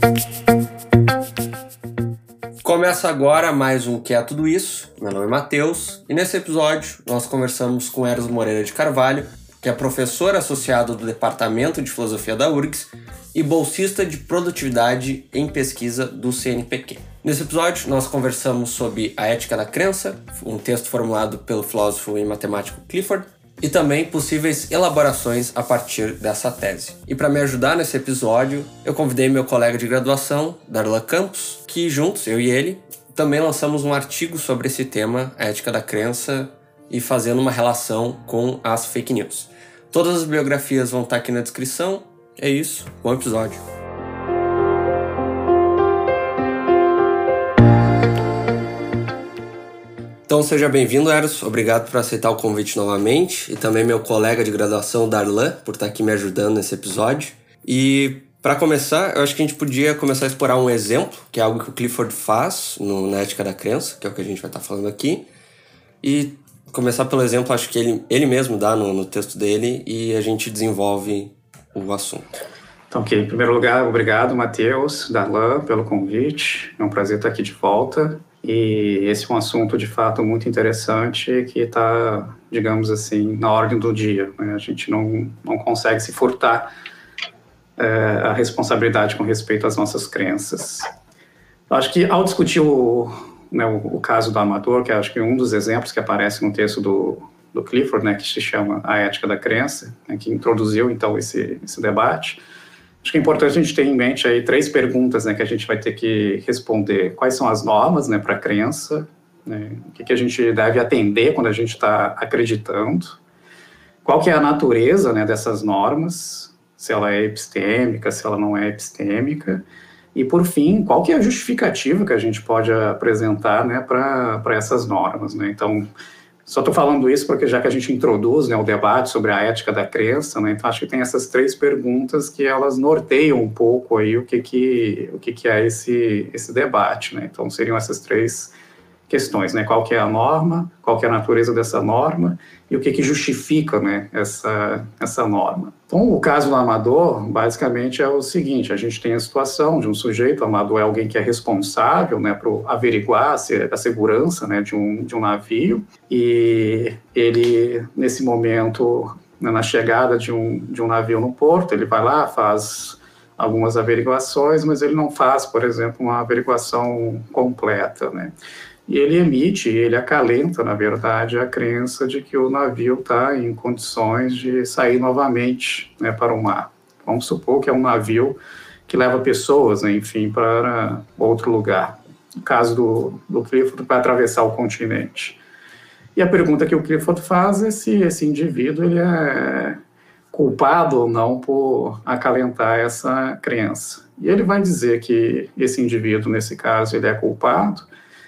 Começa agora mais um Que é Tudo Isso. Meu nome é Matheus e nesse episódio nós conversamos com Eros Moreira de Carvalho, que é professor associado do Departamento de Filosofia da URGS e bolsista de produtividade em pesquisa do CNPq. Nesse episódio nós conversamos sobre a ética da crença, um texto formulado pelo filósofo e matemático Clifford, e também possíveis elaborações a partir dessa tese. E para me ajudar nesse episódio, eu convidei meu colega de graduação, Darlan Campos, que juntos, eu e ele, também lançamos um artigo sobre esse tema, a ética da crença, e fazendo uma relação com as fake news. Todas as biografias vão estar aqui na descrição. É isso, bom episódio. Então seja bem-vindo, Eros. Obrigado por aceitar o convite novamente. E também meu colega de graduação, Darlan, por estar aqui me ajudando nesse episódio. E para começar, eu acho que a gente podia começar a explorar um exemplo, que é algo que o Clifford faz na Ética da Crença, que é o que a gente vai estar falando aqui. E começar pelo exemplo, acho que ele mesmo dá no texto dele e a gente desenvolve o assunto. Então, ok. Em primeiro lugar, obrigado, Matheus, Darlan, pelo convite. É um prazer estar aqui de volta. E esse é um assunto, de fato, muito interessante que está, digamos assim, na ordem do dia, né? A gente não consegue se furtar a responsabilidade com respeito às nossas crenças. Eu acho que, ao discutir o caso do amador, que acho que um dos exemplos que aparece no texto do Clifford, né, que se chama A Ética da Crença, né, que introduziu, então, esse debate, acho que é importante a gente ter em mente aí 3 perguntas, né, que a gente vai ter que responder. Quais são as normas, né, para a crença? Né, o que a gente deve atender quando a gente está acreditando? Qual que é a natureza, né, dessas normas? Se ela é epistêmica, se ela não é epistêmica? E, por fim, qual que é a justificativa que a gente pode apresentar, né, para essas normas? Né? Então, só estou falando isso porque já que a gente introduz, né, o debate sobre a ética da crença, né, então acho que tem essas 3 perguntas que elas norteiam um pouco aí o que é esse debate. Né? Então seriam essas 3 questões, né? Qual que é a norma, qual que é a natureza dessa norma e o que justifica, né, essa norma. Então, o caso do amador, basicamente, é o seguinte: a gente tem a situação de um sujeito, o amador é alguém que é responsável, né, por averiguar a segurança, né, de um navio, e ele, nesse momento, né, na chegada de um navio no porto, ele vai lá, faz algumas averiguações, mas ele não faz, por exemplo, uma averiguação completa, né? E ele acalenta, na verdade, a crença de que o navio está em condições de sair novamente, né, para o mar. Vamos supor que é um navio que leva pessoas, né, enfim, para outro lugar. No caso do Clifford, para atravessar o continente. E a pergunta que o Clifford faz é se esse indivíduo ele é culpado ou não por acalentar essa crença. E ele vai dizer que esse indivíduo, nesse caso, ele é culpado,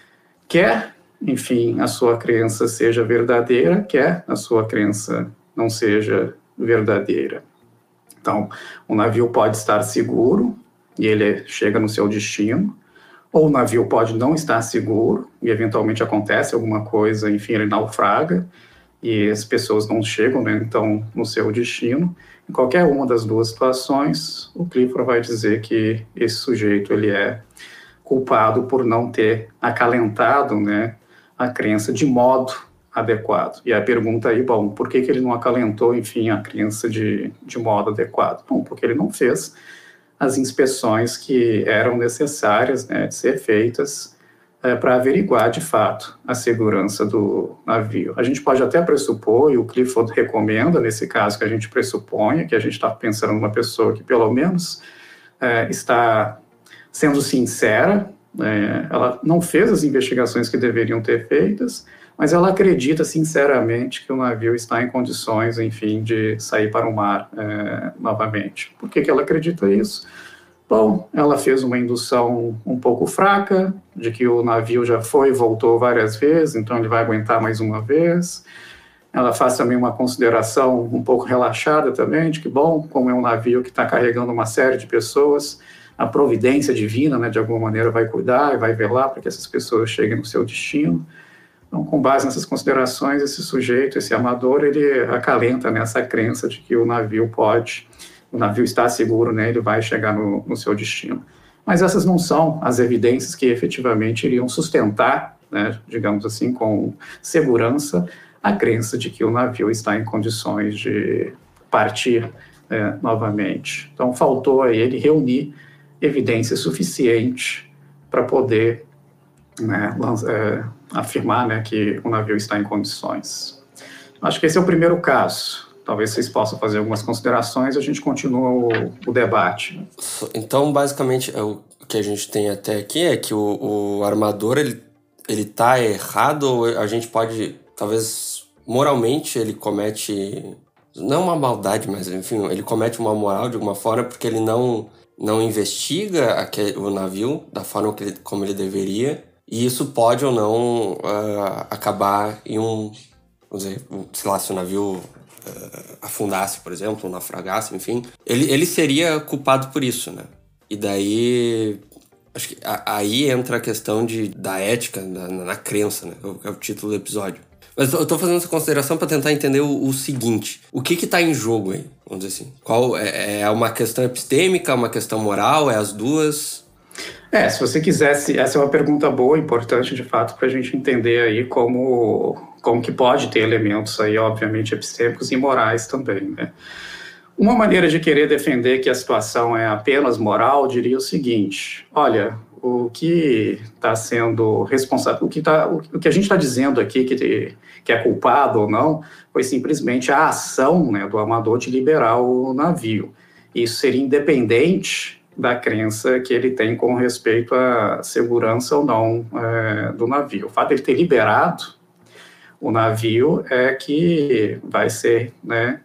quer, enfim, a sua crença seja verdadeira, quer a sua crença não seja verdadeira. Então, o navio pode estar seguro e ele chega no seu destino, ou o navio pode não estar seguro e eventualmente acontece alguma coisa, enfim, ele naufraga e as pessoas não chegam, né, então, no seu destino. Em qualquer uma das 2 situações, o Clifford vai dizer que esse sujeito ele é culpado por não ter acalentado, né, a crença de modo adequado. E a pergunta aí, bom, por que ele não acalentou, enfim, a crença de modo adequado? Bom, porque ele não fez as inspeções que eram necessárias, né, de ser feitas para averiguar, de fato, a segurança do navio. A gente pode até pressupor, e o Clifford recomenda, nesse caso, que a gente pressuponha, que a gente está pensando numa pessoa que, pelo menos, está sendo sincera, ela não fez as investigações que deveriam ter feitas, mas ela acredita sinceramente que o navio está em condições, enfim, de sair para o mar novamente. Por que ela acredita isso? Bom, ela fez uma indução um pouco fraca, de que o navio já foi e voltou várias vezes, então ele vai aguentar mais uma vez. Ela faz também uma consideração um pouco relaxada também, de que, bom, como é um navio que está carregando uma série de pessoas, a providência divina, né, de alguma maneira, vai cuidar e vai velar para que essas pessoas cheguem no seu destino. Então, com base nessas considerações, esse sujeito, esse amador, ele acalenta nessa crença de que o navio está seguro, né, ele vai chegar no seu destino. mas essas não são as evidências que efetivamente iriam sustentar, né, digamos assim, com segurança, a crença de que o navio está em condições de partir novamente. Então, faltou a ele reunir evidência suficiente para poder, né, afirmar, né, que o navio está em condições. Acho que esse é o primeiro caso. Talvez vocês possam fazer algumas considerações e a gente continua o debate. Então, basicamente, o que a gente tem até aqui é que o armador, ele tá errado, ou a gente pode, talvez, moralmente, ele comete, não uma maldade, mas, enfim, ele comete uma moral de alguma forma, porque ele não investiga o navio da forma como ele deveria, e isso pode ou não acabar em vamos dizer, sei lá, se o navio afundasse, por exemplo, ou naufragasse, enfim, ele seria culpado por isso, né? E daí, acho que aí entra a questão da ética, na crença, né? É o título do episódio. Mas eu tô fazendo essa consideração para tentar entender o seguinte: o que tá em jogo aí, vamos dizer assim? Qual é uma questão epistêmica, uma questão moral, é as duas? Se você quisesse, essa é uma pergunta boa, importante de fato, para a gente entender aí como que pode ter elementos aí, obviamente, epistêmicos e morais também, né? Uma maneira de querer defender que a situação é apenas moral, diria o seguinte: olha, o que está sendo responsável, o que a gente está dizendo aqui que é culpado ou não, foi simplesmente a ação, né, do armador de liberar o navio. Isso seria independente da crença que ele tem com respeito à segurança ou não do navio. O fato de ele ter liberado o navio é que vai ser, né,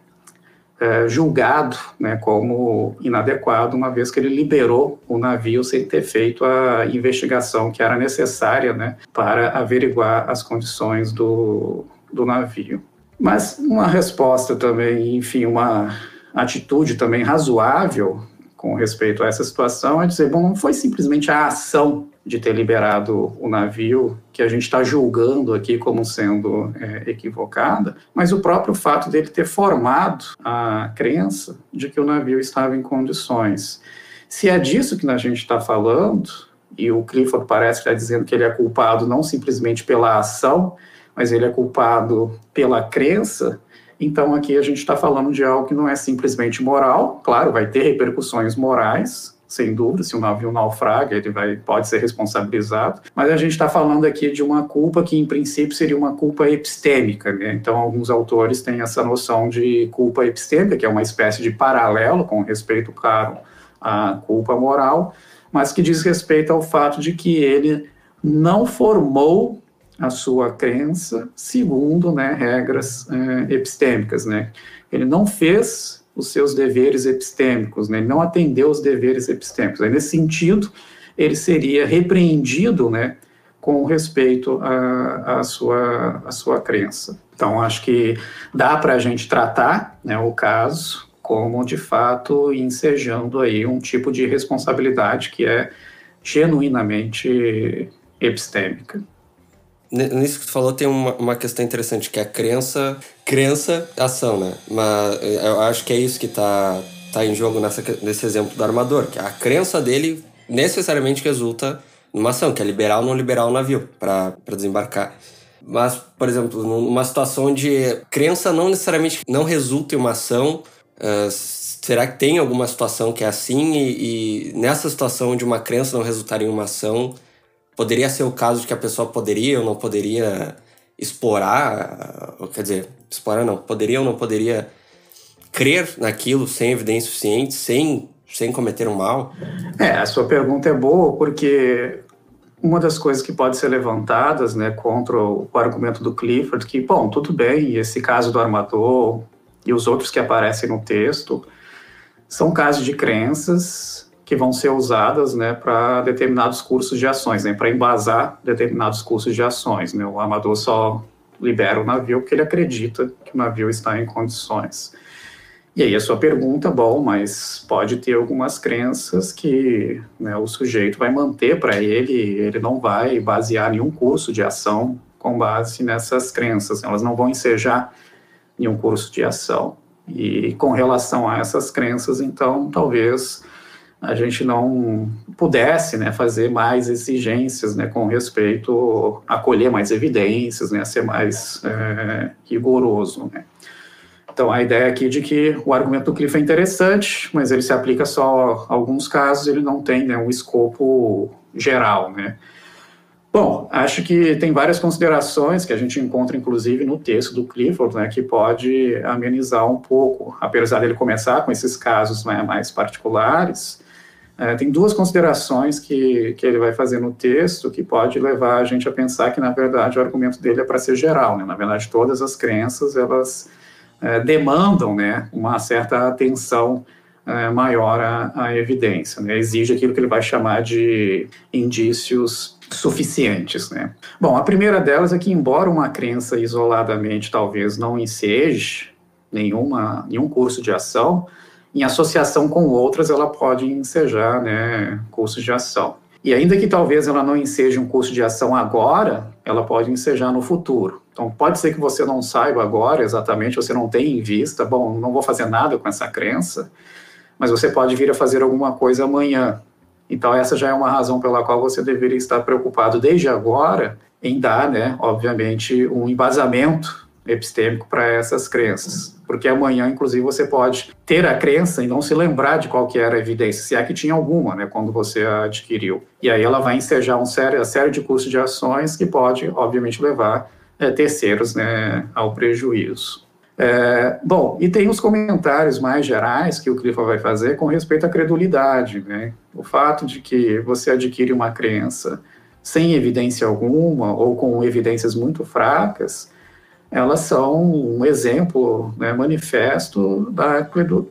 julgado, né, como inadequado, uma vez que ele liberou o navio sem ter feito a investigação que era necessária, né, para averiguar as condições do navio. Mas uma resposta também, enfim, uma atitude também razoável com respeito a essa situação é dizer, bom, não foi simplesmente a ação de ter liberado o navio que a gente está julgando aqui como sendo equivocada, mas o próprio fato dele ter formado a crença de que o navio estava em condições. Se é disso que a gente está falando, e o Clifford parece estar dizendo que ele é culpado não simplesmente pela ação, mas ele é culpado pela crença, então aqui a gente está falando de algo que não é simplesmente moral. Claro, vai ter repercussões morais, sem dúvida, se o navio naufraga, ele pode ser responsabilizado, mas a gente está falando aqui de uma culpa que, em princípio, seria uma culpa epistêmica, né? Então, alguns autores têm essa noção de culpa epistêmica, que é uma espécie de paralelo com respeito, claro, à culpa moral, mas que diz respeito ao fato de que ele não formou a sua crença segundo, né, regras epistêmicas, né? Ele não fez os seus deveres epistêmicos, né? Ele não atendeu os deveres epistêmicos. Aí, nesse sentido, ele seria repreendido, né, com respeito à sua crença. Então, acho que dá para a gente tratar, né, o caso como, de fato, ensejando aí um tipo de responsabilidade que é genuinamente epistêmica. Nisso que tu falou tem uma questão interessante, que é a crença, ação, né? Mas eu acho que é isso que tá em jogo nesse exemplo do armador, que a crença dele necessariamente resulta numa ação, que é liberar ou não liberar o navio para desembarcar. Mas, por exemplo, numa situação onde crença não necessariamente não resulta em uma ação, será que tem alguma situação que é assim e nessa situação onde uma crença não resultaria em uma ação, poderia ser o caso de que a pessoa poderia ou não poderia explorar, quer dizer, explorar não, poderia ou não poderia crer naquilo sem evidência suficiente, sem cometer um mal? A sua pergunta é boa, porque uma das coisas que pode ser levantadas, né, contra o argumento do Clifford, que, bom, tudo bem, esse caso do armador e os outros que aparecem no texto são casos de crenças que vão ser usadas, né, para determinados cursos de ações, né, para embasar determinados cursos de ações, né. O armador só libera o navio porque ele acredita que o navio está em condições. E aí a sua pergunta, bom, mas pode ter algumas crenças que, né, o sujeito vai manter para ele não vai basear nenhum curso de ação com base nessas crenças, elas não vão ensejar nenhum curso de ação. E com relação a essas crenças, então, talvez a gente não pudesse, né, fazer mais exigências, né, com respeito a colher mais evidências, né, a ser mais rigoroso, né. Então, a ideia aqui de que o argumento do Cliff é interessante, mas ele se aplica só a alguns casos, ele não tem, né, um escopo geral, né. Bom, acho que tem várias considerações que a gente encontra, inclusive, no texto do Clifford, né, que pode amenizar um pouco, apesar dele começar com esses casos, né, mais particulares. Tem duas considerações que ele vai fazer no texto que pode levar a gente a pensar que, na verdade, o argumento dele é para ser geral, né? Na verdade, todas as crenças, elas demandam, né, uma certa atenção maior à evidência, né? Exige aquilo que ele vai chamar de indícios suficientes, né? Bom, a primeira delas é que, embora uma crença isoladamente talvez não enseje nenhum curso de ação, em associação com outras ela pode ensejar, né, cursos de ação. E ainda que talvez ela não enseje um curso de ação agora, ela pode ensejar no futuro. Então, pode ser que você não saiba agora exatamente, você não tenha em vista, bom, não vou fazer nada com essa crença, mas você pode vir a fazer alguma coisa amanhã. Então, essa já é uma razão pela qual você deveria estar preocupado desde agora em dar, né, obviamente, um embasamento epistêmico para essas crenças. Porque amanhã, inclusive, você pode ter a crença e não se lembrar de qual que era a evidência, se é que tinha alguma, né, quando você a adquiriu. E aí ela vai ensejar uma série de cursos de ações que pode, obviamente, levar terceiros, né, ao prejuízo. Bom, e tem os comentários mais gerais que o Clifford vai fazer com respeito à credulidade, né? O fato de que você adquire uma crença sem evidência alguma ou com evidências muito fracas, elas são um exemplo, né, manifesto da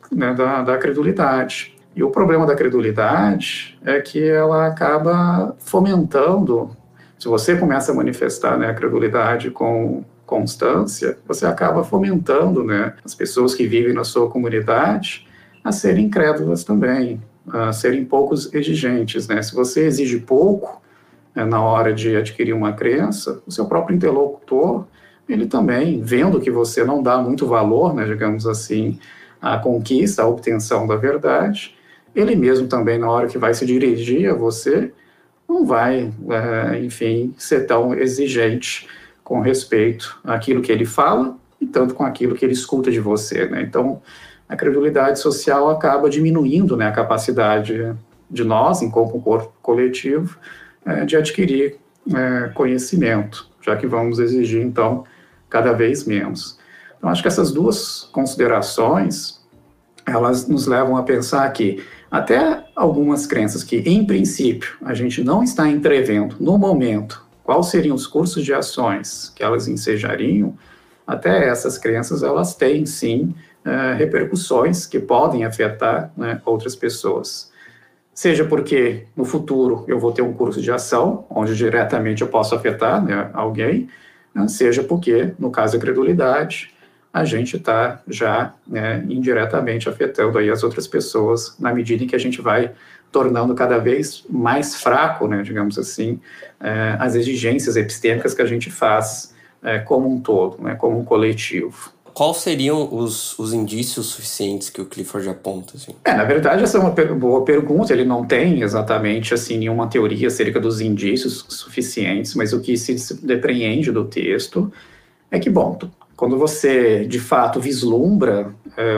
credulidade. E o problema da credulidade é que ela acaba fomentando, se você começa a manifestar, né, a credulidade com constância, você acaba fomentando, né, as pessoas que vivem na sua comunidade a serem incrédulas também, a serem pouco exigentes, né? Se você exige pouco na hora de adquirir uma crença, o seu próprio interlocutor, ele também, vendo que você não dá muito valor, né, digamos assim, à conquista, à obtenção da verdade, ele mesmo também, na hora que vai se dirigir a você, não vai, enfim, ser tão exigente com respeito àquilo que ele fala e tanto com aquilo que ele escuta de você, né? Então, a credulidade social acaba diminuindo, né, a capacidade de nós, enquanto corpo coletivo, de adquirir conhecimento, já que vamos exigir, então, cada vez menos. Então, acho que essas duas considerações, elas nos levam a pensar que até algumas crenças que, em princípio, a gente não está entrevendo no momento quais seriam os cursos de ações que elas ensejariam, até essas crenças, elas têm, sim, repercussões que podem afetar, né, outras pessoas. Seja porque, no futuro, eu vou ter um curso de ação, onde diretamente eu posso afetar, né, alguém, né, seja porque, no caso da credulidade, a gente está já, né, indiretamente afetando aí as outras pessoas, na medida em que a gente vai tornando cada vez mais fraco, né, digamos assim, as exigências epistêmicas que a gente faz como um todo, né, como um coletivo. Quais seriam os indícios suficientes que o Clifford aponta? Assim? Na verdade, essa é uma boa pergunta. Ele não tem exatamente assim, nenhuma teoria acerca dos indícios suficientes, mas o que se depreende do texto é que, bom, quando você, de fato, vislumbra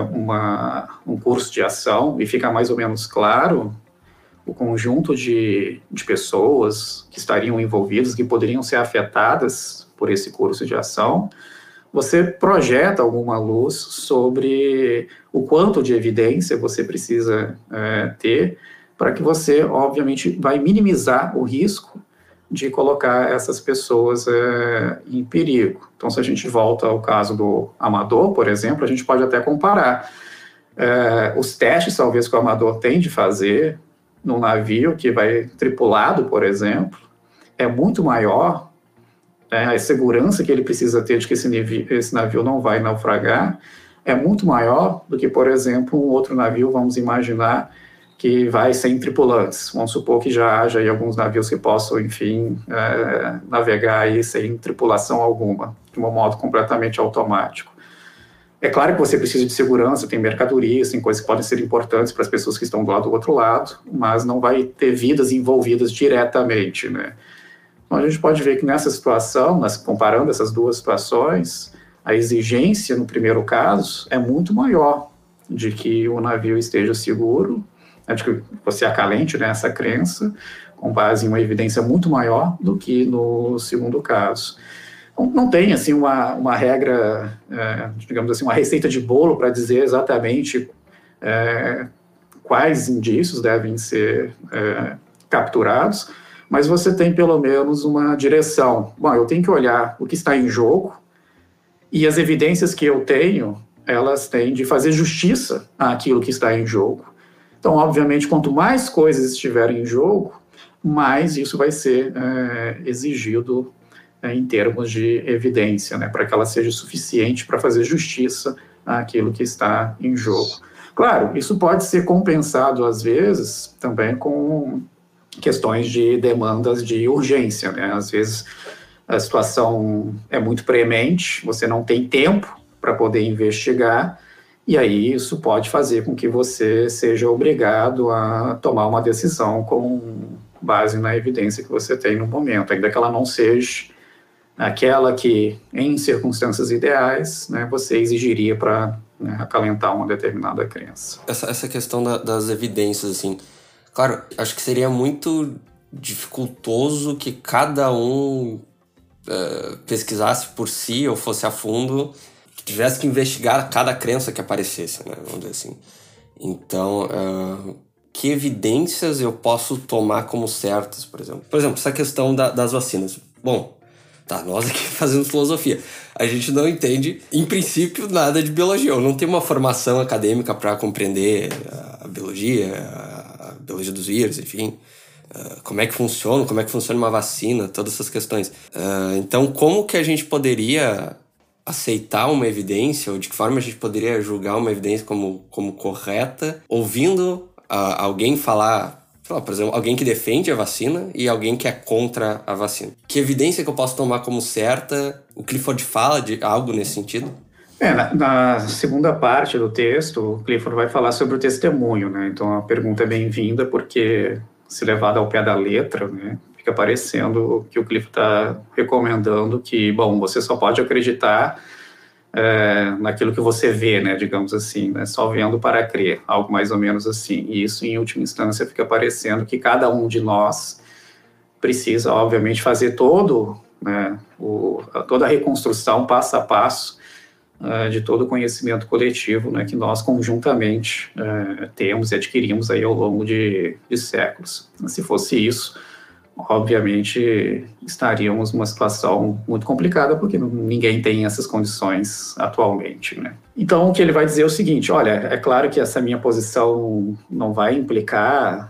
um curso de ação e fica mais ou menos claro o conjunto de pessoas que estariam envolvidas, que poderiam ser afetadas por esse curso de ação, você projeta alguma luz sobre o quanto de evidência você precisa ter para que você, obviamente, vai minimizar o risco de colocar essas pessoas em perigo. Então, se a gente volta ao caso do amador, por exemplo, a gente pode até comparar os testes, talvez, que o amador tem de fazer num navio que vai tripulado, por exemplo, é muito maior, a segurança que ele precisa ter de que esse navio não vai naufragar é muito maior do que, por exemplo, um outro navio, vamos imaginar, que vai sem tripulantes. Vamos supor que já haja aí alguns navios que possam, enfim, navegar aí sem tripulação alguma, de um modo completamente automático. É claro que você precisa de segurança, tem mercadorias, tem coisas que podem ser importantes para as pessoas que estão do outro lado, mas não vai ter vidas envolvidas diretamente, né? Então, a gente pode ver que nessa situação, comparando essas duas situações, a exigência, no primeiro caso, é muito maior de que o navio esteja seguro, de que você acalente, né, essa crença, com base em uma evidência muito maior do que no segundo caso. Não tem assim, uma regra, digamos assim, uma receita de bolo para dizer exatamente quais indícios devem ser capturados, mas você tem pelo menos uma direção. Bom, eu tenho que olhar o que está em jogo e as evidências que eu tenho, elas têm de fazer justiça àquilo que está em jogo. Então, obviamente, quanto mais coisas estiverem em jogo, mais isso vai ser exigido em termos de evidência, né, para que ela seja suficiente para fazer justiça àquilo que está em jogo. Claro, isso pode ser compensado, às vezes, também com questões de demandas de urgência, né? Às vezes a situação é muito premente, você não tem tempo para poder investigar, e aí isso pode fazer com que você seja obrigado a tomar uma decisão com base na evidência que você tem no momento, ainda que ela não seja aquela que, em circunstâncias ideais, né, você exigiria para acalentar uma determinada crença. Essa questão das evidências, assim, claro, acho que seria muito dificultoso que cada um pesquisasse por si ou fosse a fundo, que tivesse que investigar cada crença que aparecesse, né? Vamos dizer assim. Então, que evidências eu posso tomar como certas, por exemplo? Por exemplo, essa questão das vacinas. Bom, tá, nós aqui fazendo filosofia, a gente não entende, em princípio, nada de biologia. Eu não tenho uma formação acadêmica para compreender a biologia dos vírus, enfim, como é que funciona uma vacina, todas essas questões. Então, como que a gente poderia aceitar uma evidência, ou de que forma a gente poderia julgar uma evidência como correta, ouvindo alguém falar, por exemplo, alguém que defende a vacina e alguém que é contra a vacina? Que evidência que eu posso tomar como certa? O Clifford fala de algo nesse sentido? Na segunda parte do texto, o Clifford vai falar sobre o testemunho, né? Então a pergunta é bem-vinda porque, se levada ao pé da letra, né, fica parecendo que o Clifford está recomendando que, bom, você só pode acreditar naquilo que você vê, né, digamos assim, né, só vendo para crer, algo mais ou menos assim. E isso, em última instância, fica parecendo que cada um de nós precisa, obviamente, fazer toda a reconstrução passo a passo de todo o conhecimento coletivo, né, que nós conjuntamente temos e adquirimos aí ao longo de séculos. Se fosse isso, obviamente estaríamos numa situação muito complicada, porque ninguém tem essas condições atualmente, né? Então, o que ele vai dizer é o seguinte: olha, é claro que essa minha posição não vai implicar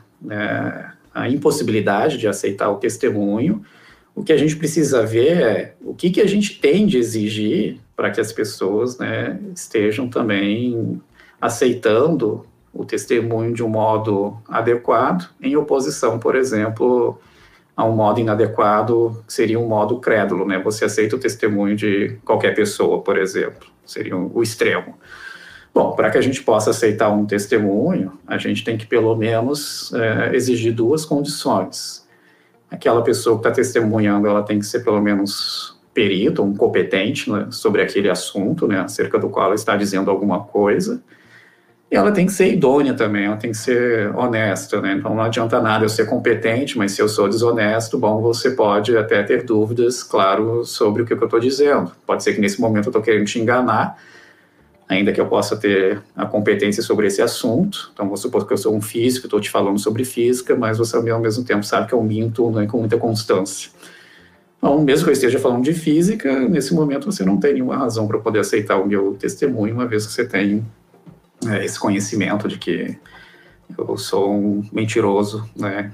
a impossibilidade de aceitar o testemunho. O que a gente precisa ver é o que a gente tem de exigir para que as pessoas, né, estejam também aceitando o testemunho de um modo adequado, em oposição, por exemplo, a um modo inadequado, que seria um modo crédulo, né? Você aceita o testemunho de qualquer pessoa, por exemplo, seria o extremo. Bom, para que a gente possa aceitar um testemunho, a gente tem que, pelo menos, exigir duas condições. Aquela pessoa que está testemunhando, ela tem que ser, pelo menos, perito, um competente, né, sobre aquele assunto, né, acerca do qual ela está dizendo alguma coisa. E ela tem que ser idônea também, ela tem que ser honesta, né? Então não adianta nada eu ser competente, mas se eu sou desonesto, bom, você pode até ter dúvidas, claro, sobre o que eu estou dizendo. Pode ser que nesse momento eu estou querendo te enganar, ainda que eu possa ter a competência sobre esse assunto. Então vou supor que eu sou um físico, estou te falando sobre física, mas você ao mesmo tempo sabe que eu minto, né, com muita constância. Então, mesmo que eu esteja falando de física, nesse momento você não tem nenhuma razão para poder aceitar o meu testemunho, uma vez que você tem esse conhecimento de que eu sou um mentiroso, né,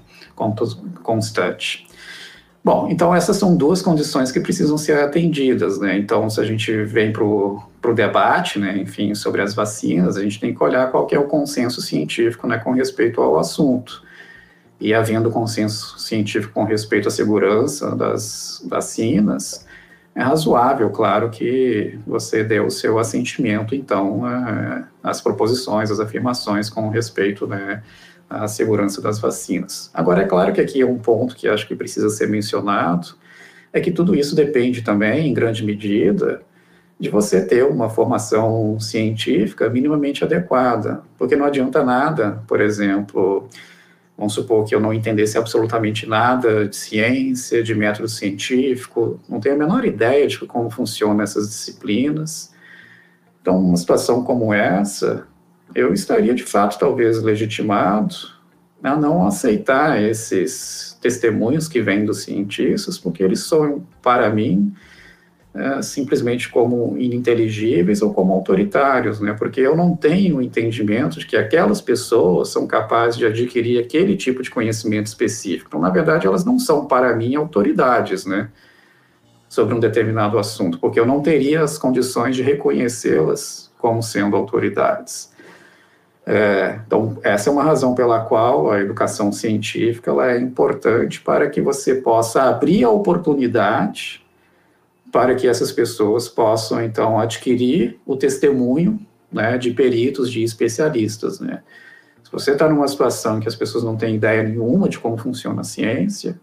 constante. Bom, então essas são duas condições que precisam ser atendidas, né? Então, se a gente vem para o debate, né, enfim, sobre as vacinas, a gente tem que olhar qual que é o consenso científico, né, com respeito ao assunto. E havendo consenso científico com respeito à segurança das vacinas, é razoável, claro, que você dê o seu assentimento, então, às proposições, às afirmações com respeito, né, à segurança das vacinas. Agora, é claro que aqui é um ponto que acho que precisa ser mencionado, é que tudo isso depende também, em grande medida, de você ter uma formação científica minimamente adequada, porque não adianta nada, por exemplo, vamos supor que eu não entendesse absolutamente nada de ciência, de método científico, não tenho a menor ideia de como funcionam essas disciplinas. Então, uma situação como essa, eu estaria, de fato, talvez legitimado a não aceitar esses testemunhos que vêm dos cientistas, porque eles são, para mim, simplesmente como ininteligíveis ou como autoritários, né? Porque eu não tenho o entendimento de que aquelas pessoas são capazes de adquirir aquele tipo de conhecimento específico. Então, na verdade, elas não são, para mim, autoridades, né, sobre um determinado assunto, porque eu não teria as condições de reconhecê-las como sendo autoridades. Então, essa é uma razão pela qual a educação científica ela é importante para que você possa abrir a oportunidade para que essas pessoas possam, então, adquirir o testemunho, né, de peritos, de especialistas, né. Se você está numa situação em que as pessoas não têm ideia nenhuma de como funciona a ciência,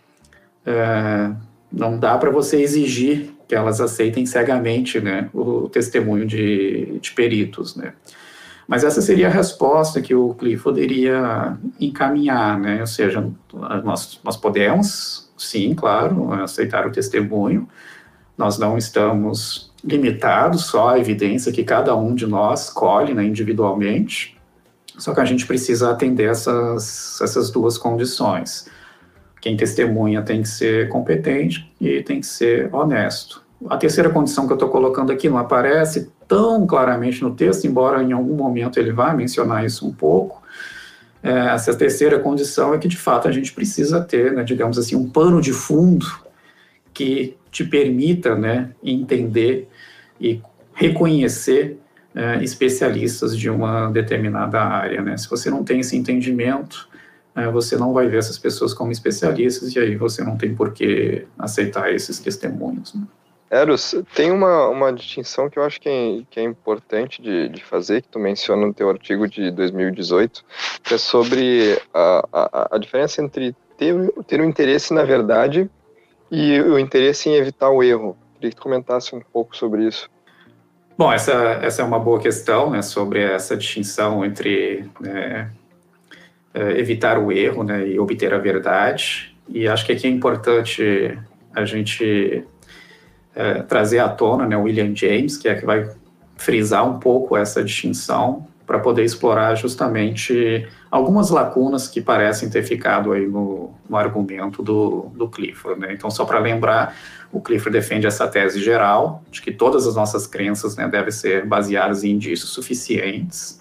não dá para você exigir que elas aceitem cegamente, né, o testemunho de peritos, né. Mas essa seria a resposta que o Clifford iria encaminhar, né, ou seja, nós podemos, sim, claro, aceitar o testemunho. Nós não estamos limitados só à evidência que cada um de nós colhe, né, individualmente, só que a gente precisa atender essas duas condições. Quem testemunha tem que ser competente e tem que ser honesto. A terceira condição que eu estou colocando aqui não aparece tão claramente no texto, embora em algum momento ele vá mencionar isso um pouco. Essa terceira condição é que, de fato, a gente precisa ter, né, digamos assim, um pano de fundo que te permita, né, entender e reconhecer especialistas de uma determinada área, né? Se você não tem esse entendimento, você não vai ver essas pessoas como especialistas e aí você não tem por que aceitar esses testemunhos, né? Eros, tem uma distinção que eu acho que é importante de fazer, que tu menciona no teu artigo de 2018, que é sobre a diferença entre ter um interesse na verdade e o interesse em evitar o erro. Queria que tu comentasse um pouco sobre isso. Bom, essa é uma boa questão, né, sobre essa distinção entre evitar o erro, né, e obter a verdade. E acho que aqui é importante a gente trazer à tona, né, o William James, que vai frisar um pouco essa distinção para poder explorar justamente algumas lacunas que parecem ter ficado aí no argumento do Clifford, né? Então, só para lembrar, o Clifford defende essa tese geral de que todas as nossas crenças, né, devem ser baseadas em indícios suficientes.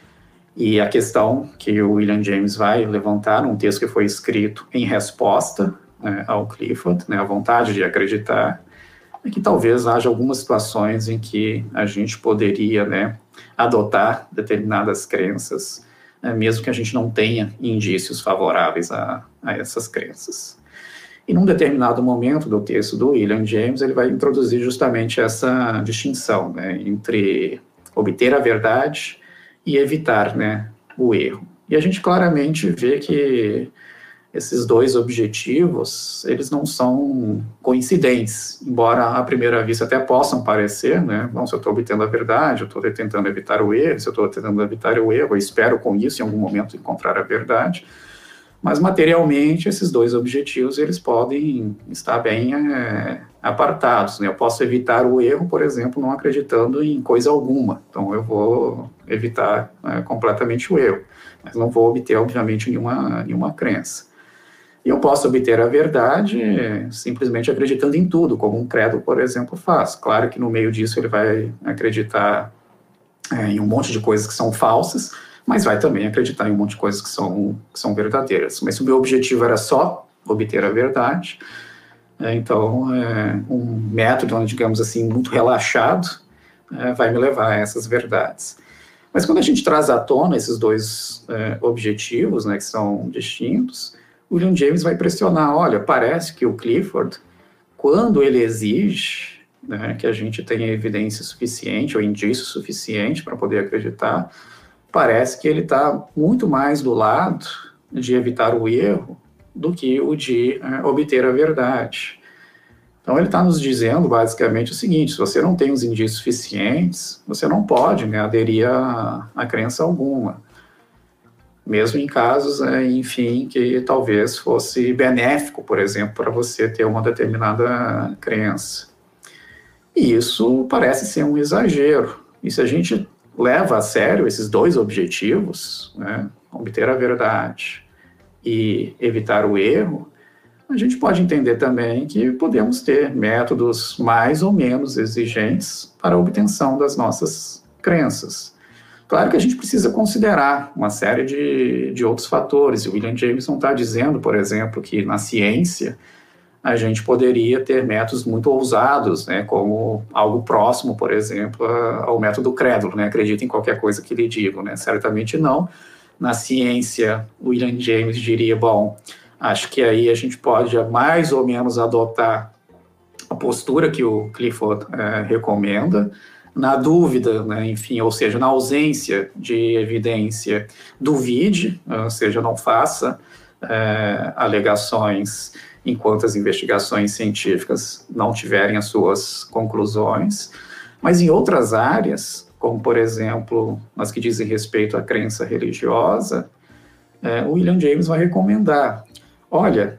E a questão que o William James vai levantar num texto que foi escrito em resposta, né, ao Clifford, né, a vontade de acreditar, é que talvez haja algumas situações em que a gente poderia, né, adotar determinadas crenças, mesmo que a gente não tenha indícios favoráveis a essas crenças. E num determinado momento do texto do William James, ele vai introduzir justamente essa distinção, né, entre obter a verdade e evitar, né, o erro. E a gente claramente vê que esses dois objetivos, eles não são coincidentes, embora à primeira vista até possam parecer, né? Bom, se eu estou obtendo a verdade, eu estou tentando evitar o erro, se eu estou tentando evitar o erro, eu espero com isso em algum momento encontrar a verdade, mas materialmente esses dois objetivos, eles podem estar bem apartados, né? Eu posso evitar o erro, por exemplo, não acreditando em coisa alguma, então eu vou evitar completamente o erro, mas não vou obter, obviamente, nenhuma crença. E eu posso obter a verdade simplesmente acreditando em tudo, como um credo, por exemplo, faz. Claro que no meio disso ele vai acreditar em um monte de coisas que são falsas, mas vai também acreditar em um monte de coisas que são verdadeiras. Mas se o meu objetivo era só obter a verdade, então um método, digamos assim, muito relaxado, vai me levar a essas verdades. Mas quando a gente traz à tona esses dois objetivos, né, que são distintos, William James vai pressionar, olha, parece que o Clifford, quando ele exige, né, que a gente tenha evidência suficiente ou indício suficiente para poder acreditar, parece que ele está muito mais do lado de evitar o erro do que o de obter a verdade. Então, ele está nos dizendo, basicamente, o seguinte: se você não tem os indícios suficientes, você não pode, né, aderir a crença alguma. Mesmo em casos, enfim, que talvez fosse benéfico, por exemplo, para você ter uma determinada crença. E isso parece ser um exagero. E se a gente leva a sério esses dois objetivos, né, obter a verdade e evitar o erro, a gente pode entender também que podemos ter métodos mais ou menos exigentes para a obtenção das nossas crenças. Claro que a gente precisa considerar uma série de outros fatores. O William Jameson está dizendo, por exemplo, que na ciência a gente poderia ter métodos muito ousados, né, como algo próximo, por exemplo, ao método crédulo, né, acredita em qualquer coisa que lhe digam, né, certamente não. Na ciência, o William James diria, bom, acho que aí a gente pode mais ou menos adotar a postura que o Clifford recomenda. Na dúvida, né, enfim, ou seja, na ausência de evidência, duvide, ou seja, não faça alegações enquanto as investigações científicas não tiverem as suas conclusões. Mas em outras áreas, como, por exemplo, nas que dizem respeito à crença religiosa, o William James vai recomendar, olha,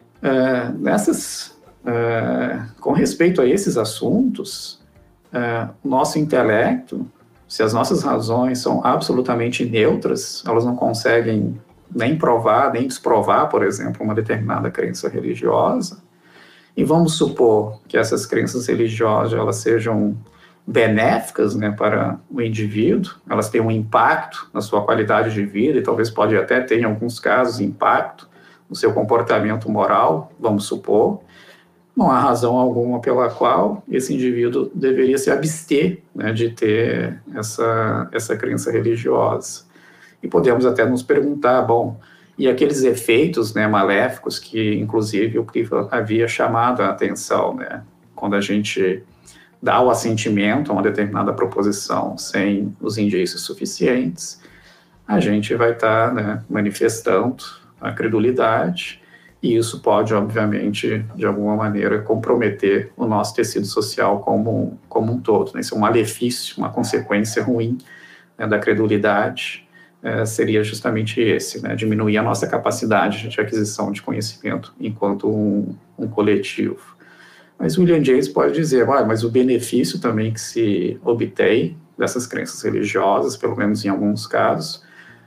com respeito a esses assuntos, nosso intelecto, se as nossas razões são absolutamente neutras, elas não conseguem nem provar, nem desprovar, por exemplo, uma determinada crença religiosa, e vamos supor que essas crenças religiosas elas sejam benéficas, né, para o indivíduo, elas têm um impacto na sua qualidade de vida e talvez pode até ter, em alguns casos, impacto no seu comportamento moral, vamos supor, não há razão alguma pela qual esse indivíduo deveria se abster, né, de ter essa crença religiosa. E podemos até nos perguntar, bom, e aqueles efeitos, né, maléficos que, inclusive, o Clifford havia chamado a atenção, né, quando a gente dá o assentimento a uma determinada proposição sem os indícios suficientes, a gente vai estar, né, manifestando a credulidade. E isso pode, obviamente, de alguma maneira, comprometer o nosso tecido social como um todo. Né? Isso é um malefício, uma consequência ruim, né, da credulidade, seria justamente esse, né? Diminuir a nossa capacidade de aquisição de conhecimento enquanto um coletivo. Mas William James pode dizer, mas o benefício também que se obtém dessas crenças religiosas, pelo menos em alguns casos,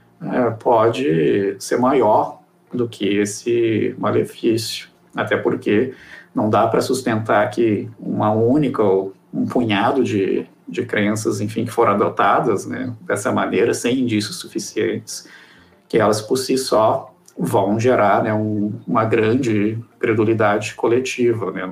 pode ser maior do que esse malefício, até porque não dá para sustentar que uma única ou um punhado de crenças, enfim, que foram adotadas, né, dessa maneira, sem indícios suficientes, que elas por si só vão gerar, né, uma grande credulidade coletiva, né,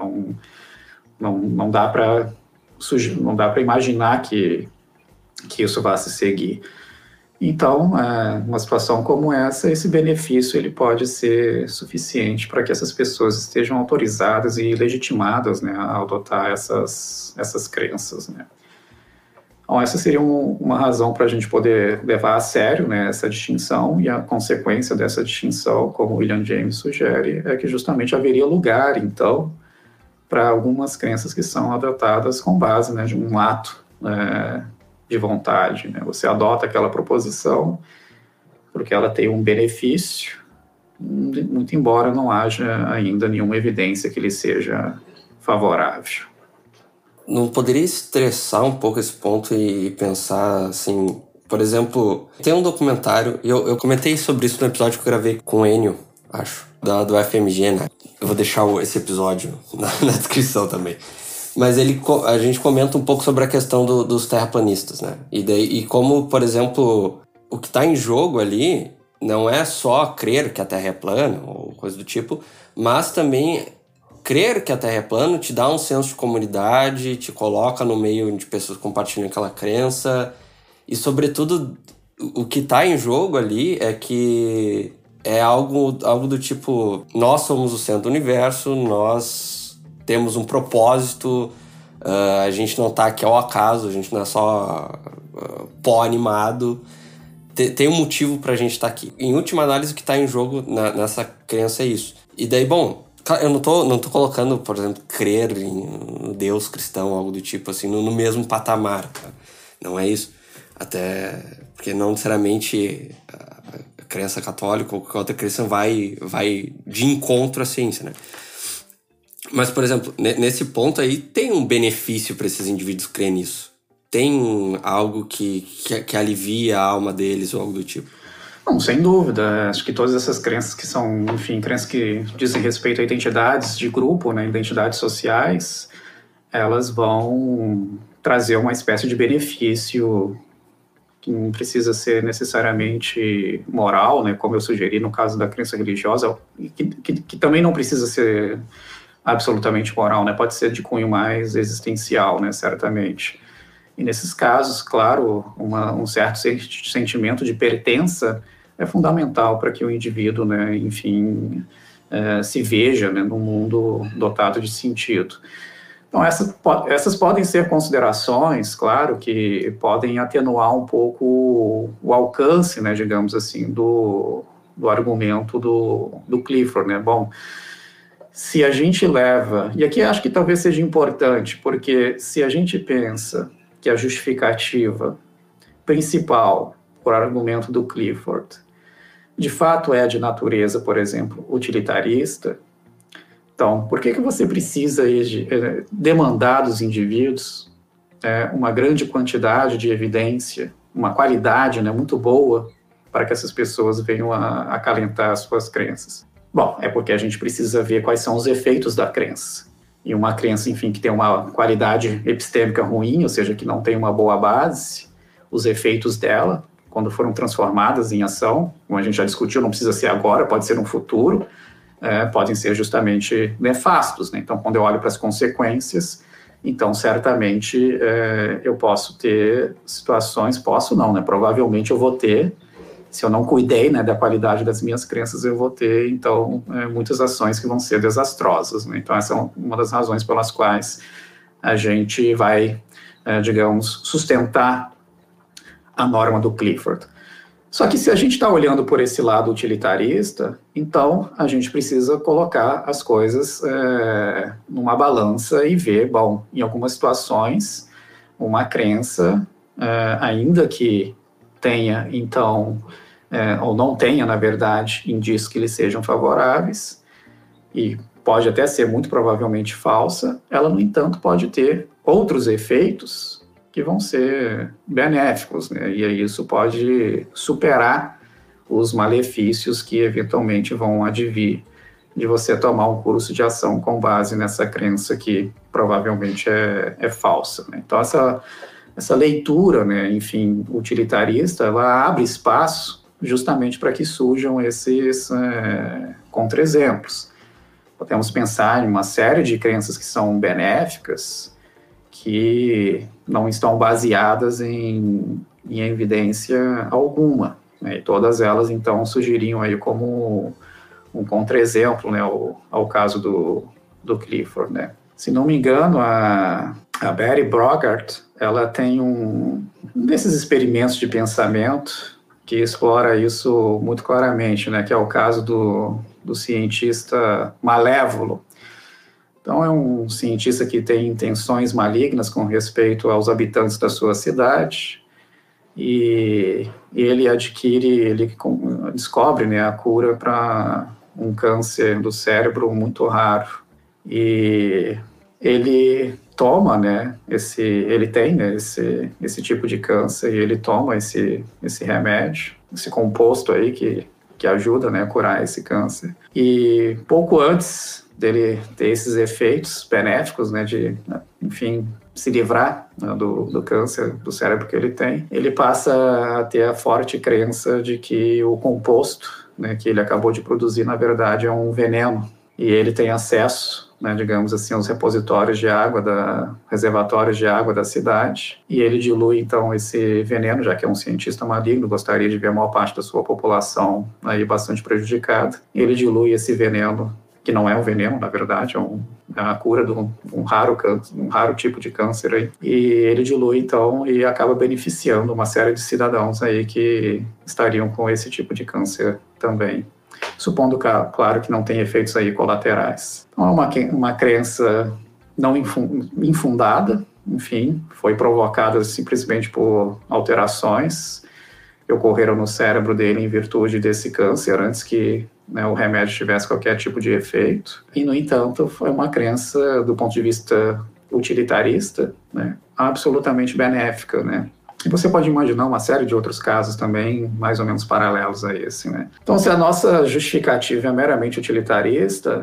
não dá para imaginar que isso vá se seguir. Então, uma situação como essa, esse benefício ele pode ser suficiente para que essas pessoas estejam autorizadas e legitimadas, né, a adotar essas crenças, né. Então, essa seria uma razão para a gente poder levar a sério, né, essa distinção, e a consequência dessa distinção, como William James sugere, é que justamente haveria lugar, então, para algumas crenças que são adotadas com base, né, de um ato de vontade, né? Você adota aquela proposição porque ela tem um benefício, muito embora não haja ainda nenhuma evidência que lhe seja favorável. Não poderia estressar um pouco esse ponto e pensar assim, por exemplo, tem um documentário, eu comentei sobre isso no episódio que eu gravei com o Enio, acho, do FMG, né? Eu vou deixar esse episódio na descrição também. Mas a gente comenta um pouco sobre a questão dos terraplanistas, né? E como, por exemplo, o que está em jogo ali não é só crer que a Terra é plana ou coisa do tipo, mas também crer que a Terra é plana te dá um senso de comunidade, te coloca no meio de pessoas que compartilham aquela crença. E, sobretudo, o que está em jogo ali é que é algo do tipo, nós somos o centro do universo, nós temos um propósito, a gente não tá aqui ao acaso, a gente não é só pó animado. Tem um motivo pra gente estar aqui. Em última análise, o que tá em jogo nessa crença é isso. E daí, bom, eu não tô colocando, por exemplo, crer em Deus cristão, algo do tipo assim, no mesmo patamar, tá? Não é isso. Até porque não necessariamente a crença católica ou qualquer outra crença vai de encontro à ciência, né? Mas, por exemplo, nesse ponto aí, tem um benefício para esses indivíduos crer nisso? Tem algo que alivia a alma deles ou algo do tipo? Não, sem dúvida. Acho que todas essas crenças que são, enfim, crenças que dizem respeito a identidades de grupo, né, identidades sociais, elas vão trazer uma espécie de benefício que não precisa ser necessariamente moral, né, como eu sugeri no caso da crença religiosa, que também não precisa ser absolutamente moral, né, pode ser de cunho mais existencial, né, certamente. E nesses casos, claro, um certo sentimento de pertença é fundamental para que o indivíduo, né, enfim, se veja, né, num mundo dotado de sentido. Então, essas podem ser considerações, claro, que podem atenuar um pouco o alcance, né, digamos assim, do argumento do Clifford, né? Bom, se a gente leva... E aqui acho que talvez seja importante, porque se a gente pensa que a justificativa principal por argumento do Clifford de fato é de natureza, por exemplo, utilitarista, então, por que você precisa demandar dos indivíduos uma grande quantidade de evidência, uma qualidade, né, muito boa para que essas pessoas venham a acalentar as suas crenças? Bom, é porque a gente precisa ver quais são os efeitos da crença. E uma crença, enfim, que tem uma qualidade epistêmica ruim, ou seja, que não tem uma boa base, os efeitos dela, quando foram transformadas em ação, como a gente já discutiu, não precisa ser agora, pode ser no futuro, podem ser justamente nefastos, né? Então, quando eu olho para as consequências, então, certamente, eu posso ter situações, posso não, né? Provavelmente eu vou ter, se eu não cuidei, né, da qualidade das minhas crenças, eu vou ter, então, muitas ações que vão ser desastrosas, né? Então, essa é uma das razões pelas quais a gente vai, digamos, sustentar a norma do Clifford. Só que se a gente está olhando por esse lado utilitarista, então a gente precisa colocar as coisas numa balança e ver, bom, em algumas situações, uma crença, ainda que tenha, então, ou não tenha, na verdade, indícios que lhe sejam favoráveis, e pode até ser muito provavelmente falsa, ela, no entanto, pode ter outros efeitos que vão ser benéficos, né? E aí isso pode superar os malefícios que eventualmente vão advir de você tomar um curso de ação com base nessa crença que provavelmente é falsa, né? Então essa leitura, né, enfim, utilitarista, ela abre espaço justamente para que surjam esses contra-exemplos. Podemos pensar em uma série de crenças que são benéficas, que não estão baseadas em evidência alguma, né? E todas elas, então, surgiriam aí como um contra-exemplo, né, ao caso do Clifford, né? Se não me engano, a Betty Broggart, ela tem um desses experimentos de pensamento que explora isso muito claramente, né, que é o caso do cientista malévolo. Então, é um cientista que tem intenções malignas com respeito aos habitantes da sua cidade e ele descobre, né, a cura para um câncer do cérebro muito raro. E ele toma, né, ele tem, né, esse tipo de câncer e ele toma esse remédio, esse composto aí que ajuda, né, a curar esse câncer. E pouco antes dele ter esses efeitos benéficos, né, de, enfim, se livrar, né, do câncer do cérebro que ele tem, ele passa a ter a forte crença de que o composto, né, que ele acabou de produzir, na verdade, é um veneno. E ele tem acesso, né, digamos assim, aos repositórios de água, reservatórios de água da cidade, e ele dilui, então, esse veneno, já que é um cientista maligno, gostaria de ver a maior parte da sua população aí bastante prejudicada, ele dilui esse veneno, que não é um veneno, na verdade, é a cura de um raro tipo de câncer aí. E ele dilui, então, e acaba beneficiando uma série de cidadãos aí que estariam com esse tipo de câncer também. Supondo, claro, que não tem efeitos aí colaterais. Então, é uma crença não infundada, enfim, foi provocada simplesmente por alterações que ocorreram no cérebro dele em virtude desse câncer, antes que o remédio tivesse qualquer tipo de efeito. E, no entanto, foi uma crença, do ponto de vista utilitarista, absolutamente benéfica, E você pode imaginar uma série de outros casos também, mais ou menos paralelos a esse, Então, se a nossa justificativa é meramente utilitarista,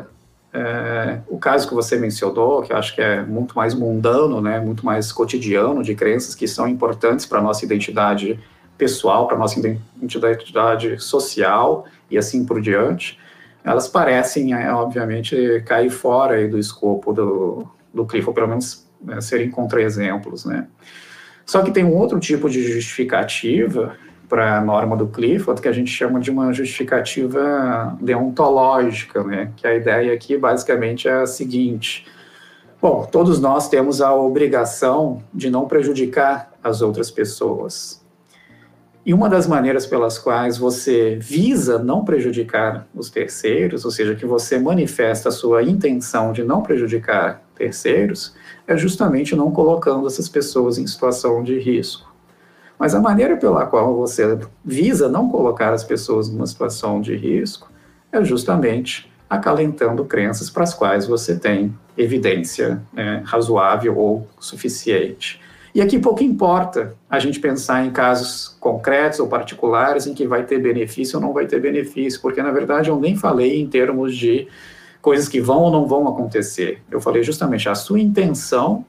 o caso que você mencionou, que eu acho que é muito mais mundano, muito mais cotidiano, de crenças que são importantes para a nossa identidade pessoal, para a nossa identidade social e assim por diante, elas parecem, obviamente, cair fora aí do escopo do Clifford, ou pelo menos serem contra-exemplos, Só que tem um outro tipo de justificativa para a norma do Clifford, que a gente chama de uma justificativa deontológica, Que a ideia aqui, basicamente, é a seguinte: bom, todos nós temos a obrigação de não prejudicar as outras pessoas. E uma das maneiras pelas quais você visa não prejudicar os terceiros, ou seja, que você manifesta a sua intenção de não prejudicar terceiros, é justamente não colocando essas pessoas em situação de risco. Mas a maneira pela qual você visa não colocar as pessoas numa situação de risco é justamente acalentando crenças para as quais você tem evidência razoável ou suficiente. E aqui pouco importa a gente pensar em casos concretos ou particulares em que vai ter benefício ou não vai ter benefício, porque, na verdade, eu nem falei em termos de coisas que vão ou não vão acontecer. Eu falei justamente a sua intenção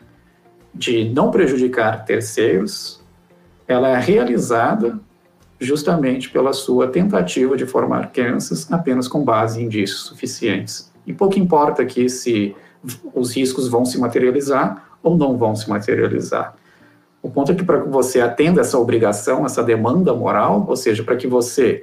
de não prejudicar terceiros, ela é realizada justamente pela sua tentativa de formar crenças apenas com base em indícios suficientes. E pouco importa aqui se os riscos vão se materializar ou não vão se materializar. O ponto é que para que você atenda essa obrigação, essa demanda moral, ou seja, para que você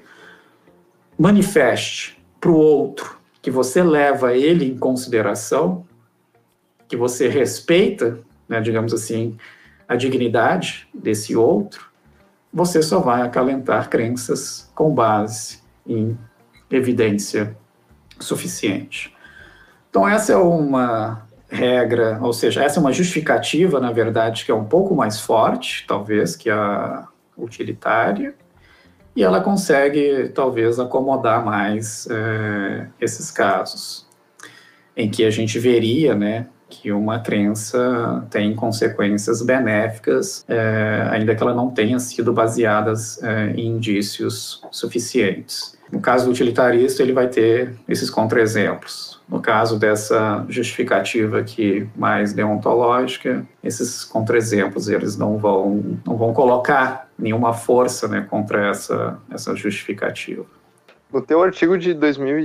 manifeste para o outro que você leva ele em consideração, que você respeita, digamos assim, a dignidade desse outro, você só vai acalentar crenças com base em evidência suficiente. Então, essa é uma regra, ou seja, essa é uma justificativa, na verdade, que é um pouco mais forte, talvez, que a utilitária, e ela consegue, talvez, acomodar mais esses casos, em que a gente veria, que uma crença tem consequências benéficas, ainda que ela não tenha sido baseada em indícios suficientes. No caso do utilitarista, ele vai ter esses contra-exemplos. No caso dessa justificativa aqui mais deontológica, esses contra-exemplos eles não vão colocar nenhuma força contra essa justificativa. No teu artigo de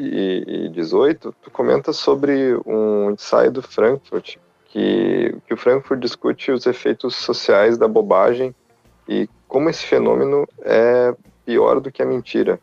2018, tu comenta sobre um ensaio do Frankfurt, que o Frankfurt discute os efeitos sociais da bobagem e como esse fenômeno é pior do que a mentira.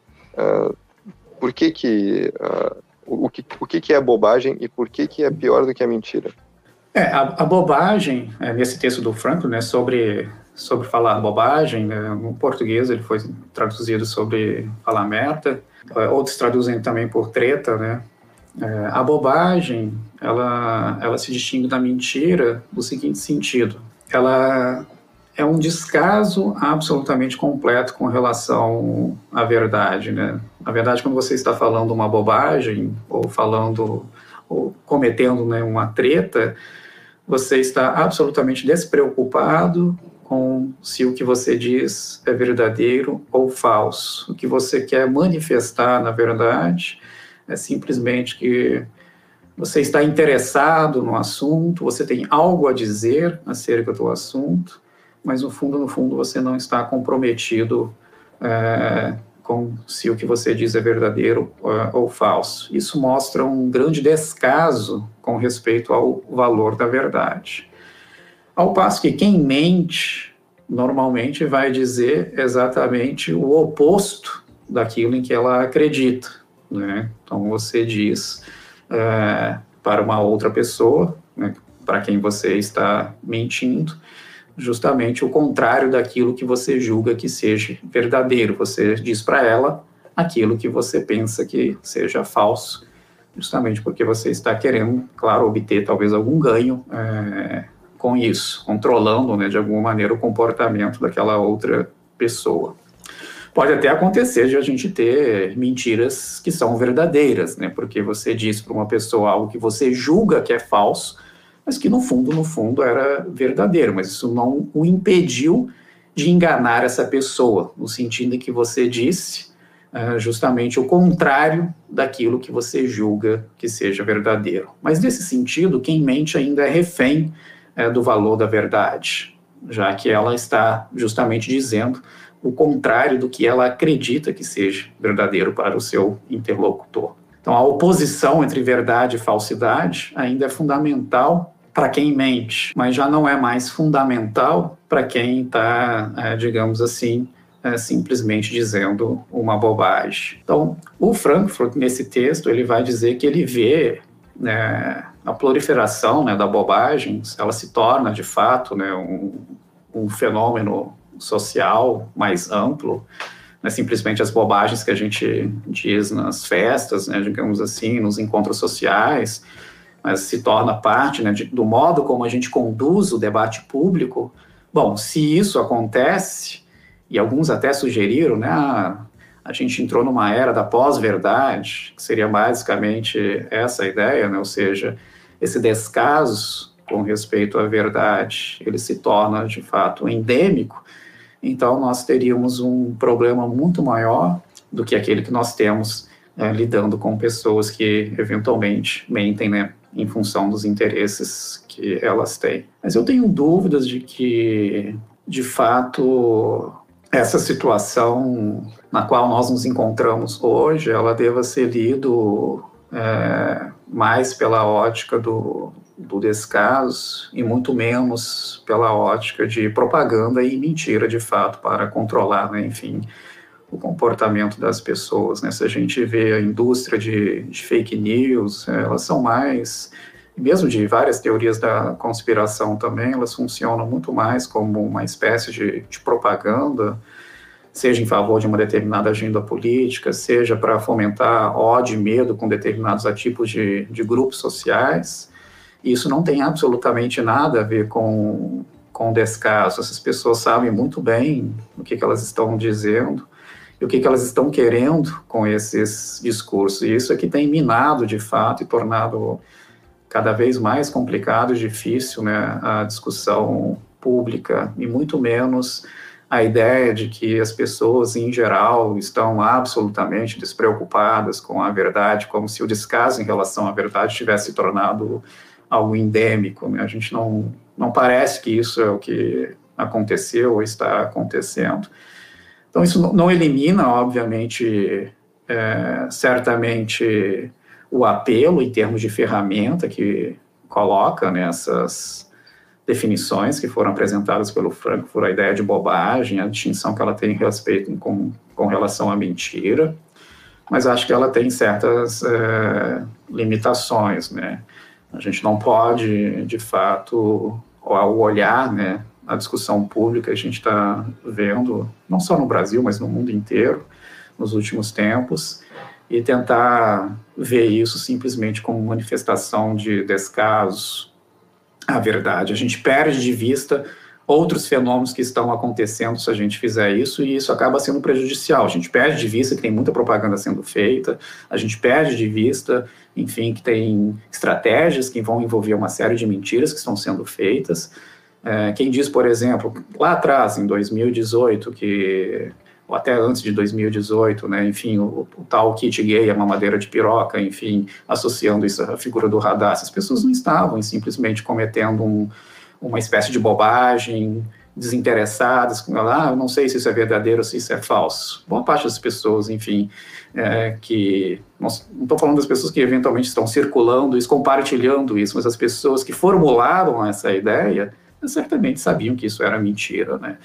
Por que o que é bobagem e por que é pior do que a mentira? A bobagem, nesse texto do Frankfurt, sobre falar bobagem, no português ele foi traduzido sobre falar merda, outros traduzem também por treta, A bobagem, ela se distingue da mentira no seguinte sentido: ela é um descaso absolutamente completo com relação à verdade, Na verdade, quando você está falando uma bobagem ou cometendo uma treta, você está absolutamente despreocupado com se o que você diz é verdadeiro ou falso. O que você quer manifestar, na verdade, é simplesmente que você está interessado no assunto, você tem algo a dizer acerca do assunto, mas no fundo você não está comprometido com se o que você diz é verdadeiro ou falso. Isso mostra um grande descaso com respeito ao valor da verdade. Ao passo que quem mente, normalmente vai dizer exatamente o oposto daquilo em que ela acredita, né? Então você diz para uma outra pessoa, né, para quem você está mentindo, justamente o contrário daquilo que você julga que seja verdadeiro. Você diz para ela aquilo que você pensa que seja falso, justamente porque você está querendo, claro, obter talvez algum ganho com isso, controlando, né, de alguma maneira o comportamento daquela outra pessoa. Pode até acontecer de a gente ter mentiras que são verdadeiras, né, porque você diz para uma pessoa algo que você julga que é falso, mas que no fundo era verdadeiro, mas isso não o impediu de enganar essa pessoa, no sentido em que você disse justamente o contrário daquilo que você julga que seja verdadeiro. Mas nesse sentido, quem mente ainda é refém do valor da verdade, já que ela está justamente dizendo o contrário do que ela acredita que seja verdadeiro para o seu interlocutor. Então, a oposição entre verdade e falsidade ainda é fundamental para quem mente, mas já não é mais fundamental para quem está, digamos assim, simplesmente dizendo uma bobagem. Então, o Frankfurt, nesse texto, ele vai dizer que ele vê a proliferação da bobagem, ela se torna, de fato, um fenômeno social mais amplo, não é simplesmente as bobagens que a gente diz nas festas, digamos assim, nos encontros sociais, mas se torna parte do modo como a gente conduz o debate público. Bom, se isso acontece, e alguns até sugeriram, a gente entrou numa era da pós-verdade, que seria basicamente essa ideia, ou seja, esse descaso com respeito à verdade, ele se torna, de fato, endêmico. Então, nós teríamos um problema muito maior do que aquele que nós temos lidando com pessoas que, eventualmente, mentem, em função dos interesses que elas têm. Mas eu tenho dúvidas de que, de fato, essa situação na qual nós nos encontramos hoje, ela deva ser lido mais pela ótica do descaso e muito menos pela ótica de propaganda e mentira, de fato, para controlar, enfim, o comportamento das pessoas. Se a gente vê a indústria de fake news, elas são mais, mesmo de várias teorias da conspiração também, elas funcionam muito mais como uma espécie de propaganda, seja em favor de uma determinada agenda política, seja para fomentar ódio e medo com determinados tipos de grupos sociais. Isso não tem absolutamente nada a ver com descaso. Essas pessoas sabem muito bem o que elas estão dizendo e o que elas estão querendo com esses discursos. E isso é que tem minado, de fato, e tornado cada vez mais complicado e difícil a discussão pública, e muito menos a ideia de que as pessoas, em geral, estão absolutamente despreocupadas com a verdade, como se o descaso em relação à verdade tivesse se tornado algo endêmico. A gente não parece que isso é o que aconteceu ou está acontecendo. Então, isso não elimina, obviamente, certamente, o apelo em termos de ferramenta que coloca nessas definições que foram apresentadas pelo Frankfurt, a ideia de bobagem, a distinção que ela tem com relação à mentira, mas acho que ela tem certas limitações, A gente não pode, de fato, ao olhar, a discussão pública, a gente está vendo, não só no Brasil, mas no mundo inteiro, nos últimos tempos, e tentar ver isso simplesmente como manifestação de descaso à verdade. A gente perde de vista outros fenômenos que estão acontecendo se a gente fizer isso, e isso acaba sendo prejudicial. A gente perde de vista que tem muita propaganda sendo feita, a gente perde de vista, enfim, que tem estratégias que vão envolver uma série de mentiras que estão sendo feitas. Quem diz, por exemplo, lá atrás, em 2018, ou até antes de 2018, enfim, o tal kit gay, a mamadeira de piroca, enfim, associando isso à figura do radar, essas pessoas não estavam simplesmente cometendo uma espécie de bobagem, desinteressadas, eu não sei se isso é verdadeiro ou se isso é falso. Boa parte das pessoas, enfim, que... Não estou falando das pessoas que eventualmente estão circulando isso, compartilhando isso, mas as pessoas que formularam essa ideia, certamente sabiam que isso era mentira,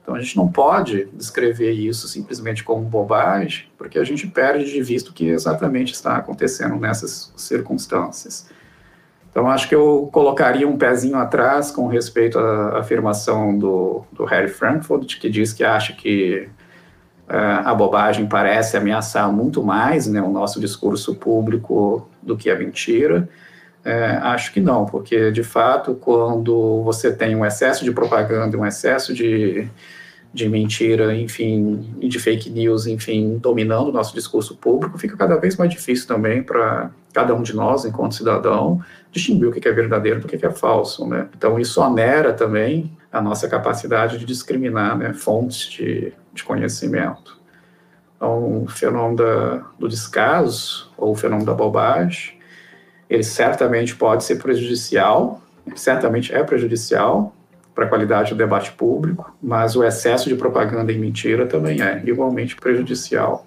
Então a gente não pode descrever isso simplesmente como bobagem, porque a gente perde de vista o que exatamente está acontecendo nessas circunstâncias. Então acho que eu colocaria um pezinho atrás com respeito à afirmação do Harry Frankfurt, que diz que acha que a bobagem parece ameaçar muito mais, né, o nosso discurso público do que a mentira. Acho que não, porque, de fato, quando você tem um excesso de propaganda, um excesso de mentira, enfim, e de fake news, enfim, dominando o nosso discurso público, fica cada vez mais difícil também para cada um de nós, enquanto cidadão, distinguir o que é verdadeiro do que é falso, né? Então, isso onera também a nossa capacidade de discriminar, né, fontes de conhecimento. Então, o fenômeno do descaso, ou o fenômeno da bobagem, ele certamente pode ser prejudicial, certamente é prejudicial para a qualidade do debate público, mas o excesso de propaganda e mentira também é igualmente prejudicial.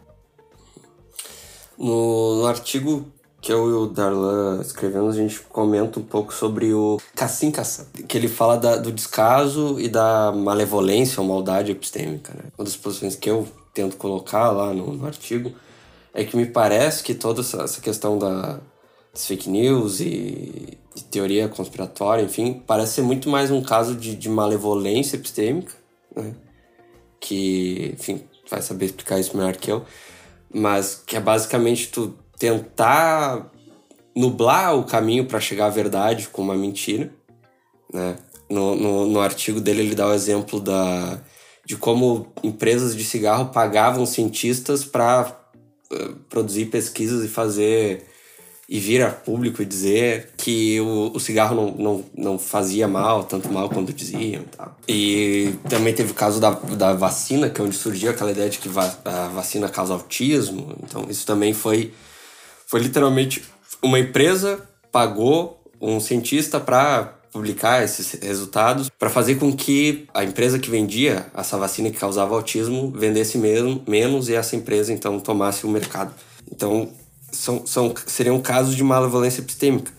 No artigo que eu e o Darlan escrevemos, a gente comenta um pouco sobre o Kassim Kassam, que ele fala do descaso e da malevolência ou maldade epistêmica, né? Uma das posições que eu tento colocar lá no artigo é que me parece que toda essa questão das fake news e teoria conspiratória, enfim, parece ser muito mais um caso de malevolência epistêmica, né? Que, enfim, vai saber explicar isso melhor que eu, mas que é basicamente tu tentar nublar o caminho para chegar à verdade com uma mentira, né? No artigo dele, ele dá o exemplo de como empresas de cigarro pagavam cientistas para produzir pesquisas e vir a público e dizer que o cigarro não fazia mal, tanto mal quanto diziam. Tá? E também teve o caso da vacina, que é onde surgiu aquela ideia de que a vacina causa autismo. Então isso também foi literalmente uma empresa pagou um cientista para publicar esses resultados, para fazer com que a empresa que vendia essa vacina que causava autismo vendesse menos e essa empresa então tomasse o mercado. Então seriam casos de malevolência epistêmica.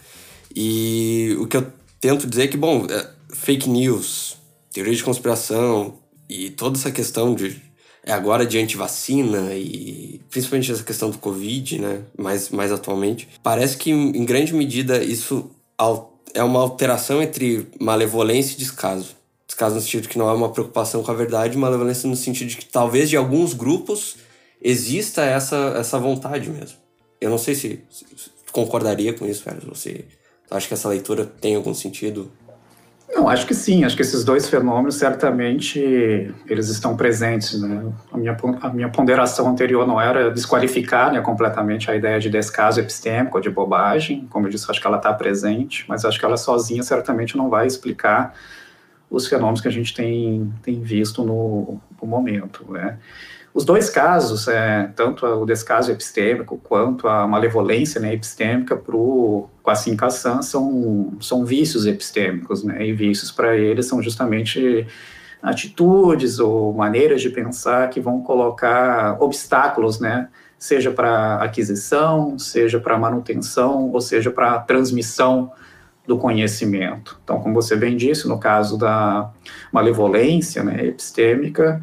E o que eu tento dizer é que, bom, fake news, teoria de conspiração e toda essa questão agora de antivacina e principalmente essa questão do Covid, né, mais atualmente, parece que em grande medida isso é uma alteração entre malevolência e descaso. Descaso no sentido de que não é uma preocupação com a verdade, malevolência no sentido de que talvez de alguns grupos exista essa vontade mesmo. Eu não sei se concordaria com isso, Félix. Você acha que essa leitura tem algum sentido? Não, acho que sim. Acho que esses dois fenômenos, certamente, eles estão presentes, né? A minha ponderação anterior não era desqualificar, né, completamente a ideia de descaso epistêmico ou de bobagem. Como eu disse, acho que ela está presente, mas acho que ela sozinha certamente não vai explicar os fenômenos que a gente tem visto no momento, né? Os dois casos, tanto o descaso epistêmico quanto a malevolência, né, epistêmica, para o Kassim Kassam são vícios epistêmicos, né, e vícios para eles são justamente atitudes ou maneiras de pensar que vão colocar obstáculos, né, seja para aquisição, seja para manutenção, ou seja para transmissão do conhecimento. Então, como você bem disse, no caso da malevolência, né, epistêmica,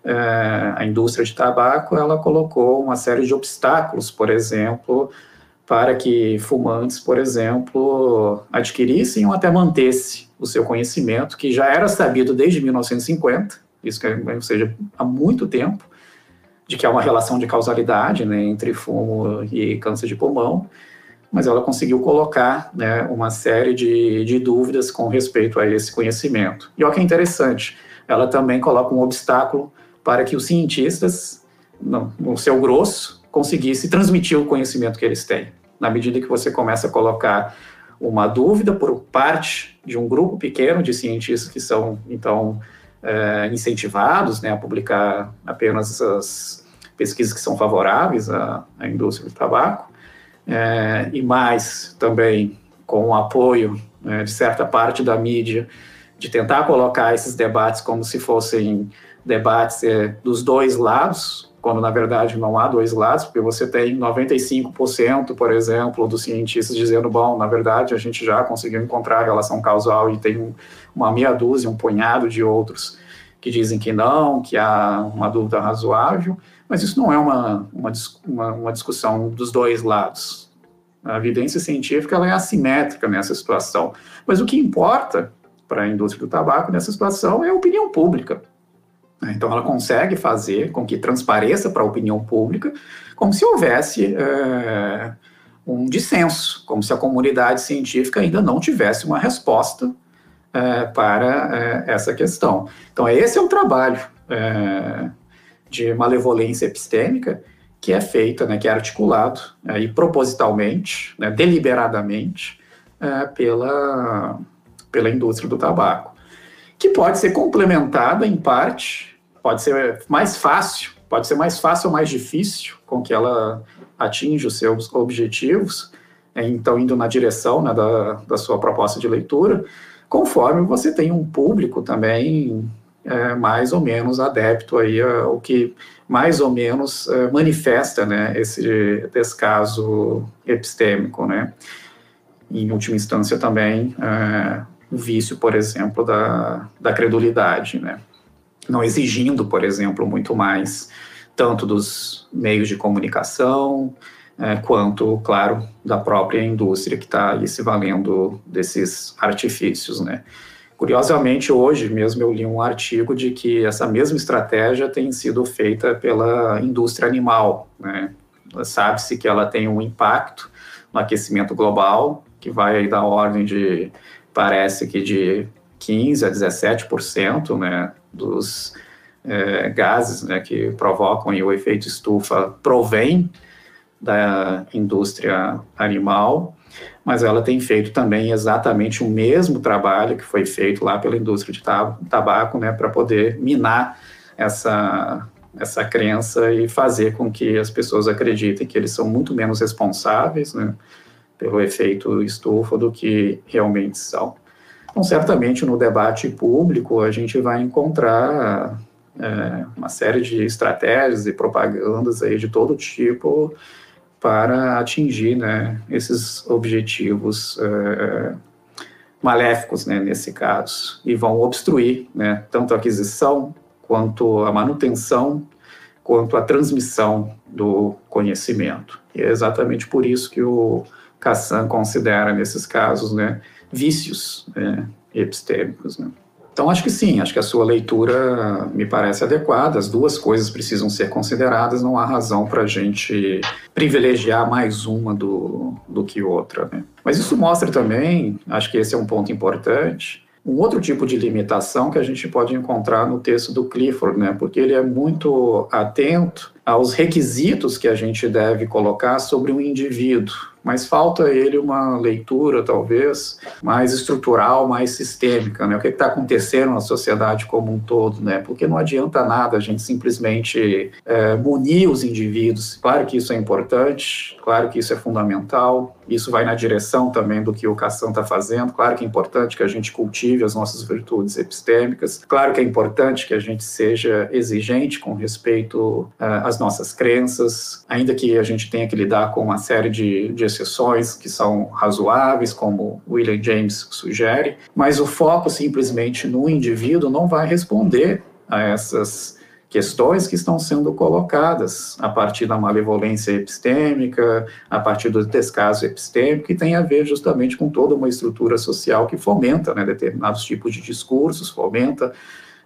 a indústria de tabaco, ela colocou uma série de obstáculos, por exemplo, para que fumantes, por exemplo, adquirissem ou até mantessem o seu conhecimento, que já era sabido desde 1950, ou seja, há muito tempo, de que há uma relação de causalidade, né, entre fumo e câncer de pulmão, mas ela conseguiu colocar, né, uma série de dúvidas com respeito a esse conhecimento. E olha que interessante, ela também coloca um obstáculo para que os cientistas, no seu grosso, conseguissem transmitir o conhecimento que eles têm. Na medida que você começa a colocar uma dúvida por parte de um grupo pequeno de cientistas que são, então, incentivados, né, a publicar apenas as pesquisas que são favoráveis à indústria do tabaco, e mais também com o apoio, de certa parte da mídia, de tentar colocar esses debates como se fossem debates dos dois lados, quando na verdade não há dois lados, porque você tem 95%, por exemplo, dos cientistas dizendo, bom, na verdade a gente já conseguiu encontrar a relação causal e tem uma meia dúzia, um punhado de outros que dizem que não, que há uma dúvida razoável, mas isso não é uma discussão dos dois lados. A evidência científica ela é assimétrica nessa situação, mas o que importa para a indústria do tabaco nessa situação é a opinião pública. Então, ela consegue fazer com que transpareça para a opinião pública como se houvesse um dissenso, como se a comunidade científica ainda não tivesse uma resposta para essa questão. Então, esse é o trabalho de malevolência epistêmica que é feita, que é articulado e propositalmente, deliberadamente, pela indústria do tabaco, que pode ser complementada em parte, pode ser mais fácil ou mais difícil com que ela atinja os seus objetivos, então indo na direção da sua proposta de leitura, conforme você tem um público também mais ou menos adepto aí ao que mais ou menos manifesta esse descaso epistêmico, Em última instância também o vício, por exemplo, da credulidade, Não exigindo, por exemplo, muito mais tanto dos meios de comunicação quanto, claro, da própria indústria que está aí se valendo desses artifícios, Curiosamente, hoje mesmo eu li um artigo de que essa mesma estratégia tem sido feita pela indústria animal, Sabe-se que ela tem um impacto no aquecimento global, que vai aí da ordem de, parece que de 15% a 17%, dos gases que provocam aí o efeito estufa provém da indústria animal, mas ela tem feito também exatamente o mesmo trabalho que foi feito lá pela indústria de tabaco, para poder minar essa crença e fazer com que as pessoas acreditem que eles são muito menos responsáveis, pelo efeito estufa do que realmente são. Então, certamente, no debate público, a gente vai encontrar uma série de estratégias e propagandas aí de todo tipo para atingir esses objetivos maléficos, nesse caso, e vão obstruir tanto a aquisição, quanto a manutenção, quanto a transmissão do conhecimento. E é exatamente por isso que o Cassan considera, nesses casos, vícios epistêmicos. Então, acho que sim, acho que a sua leitura me parece adequada, as duas coisas precisam ser consideradas, não há razão para a gente privilegiar mais uma do que outra. Mas isso mostra também, acho que esse é um ponto importante, um outro tipo de limitação que a gente pode encontrar no texto do Clifford, porque ele é muito atento aos requisitos que a gente deve colocar sobre um indivíduo, mas falta ele uma leitura, talvez, mais estrutural, mais sistêmica, O que está acontecendo na sociedade como um todo, Porque não adianta nada a gente simplesmente munir os indivíduos. Claro que isso é importante, claro que isso é fundamental, isso vai na direção também do que o Cassan está fazendo, claro que é importante que a gente cultive as nossas virtudes epistêmicas, claro que é importante que a gente seja exigente com respeito às nossas crenças, ainda que a gente tenha que lidar com uma série de exceções que são razoáveis, como William James sugere, mas o foco simplesmente no indivíduo não vai responder a essas questões que estão sendo colocadas a partir da malevolência epistêmica, a partir do descaso epistêmico, que tem a ver justamente com toda uma estrutura social que fomenta determinados tipos de discursos, fomenta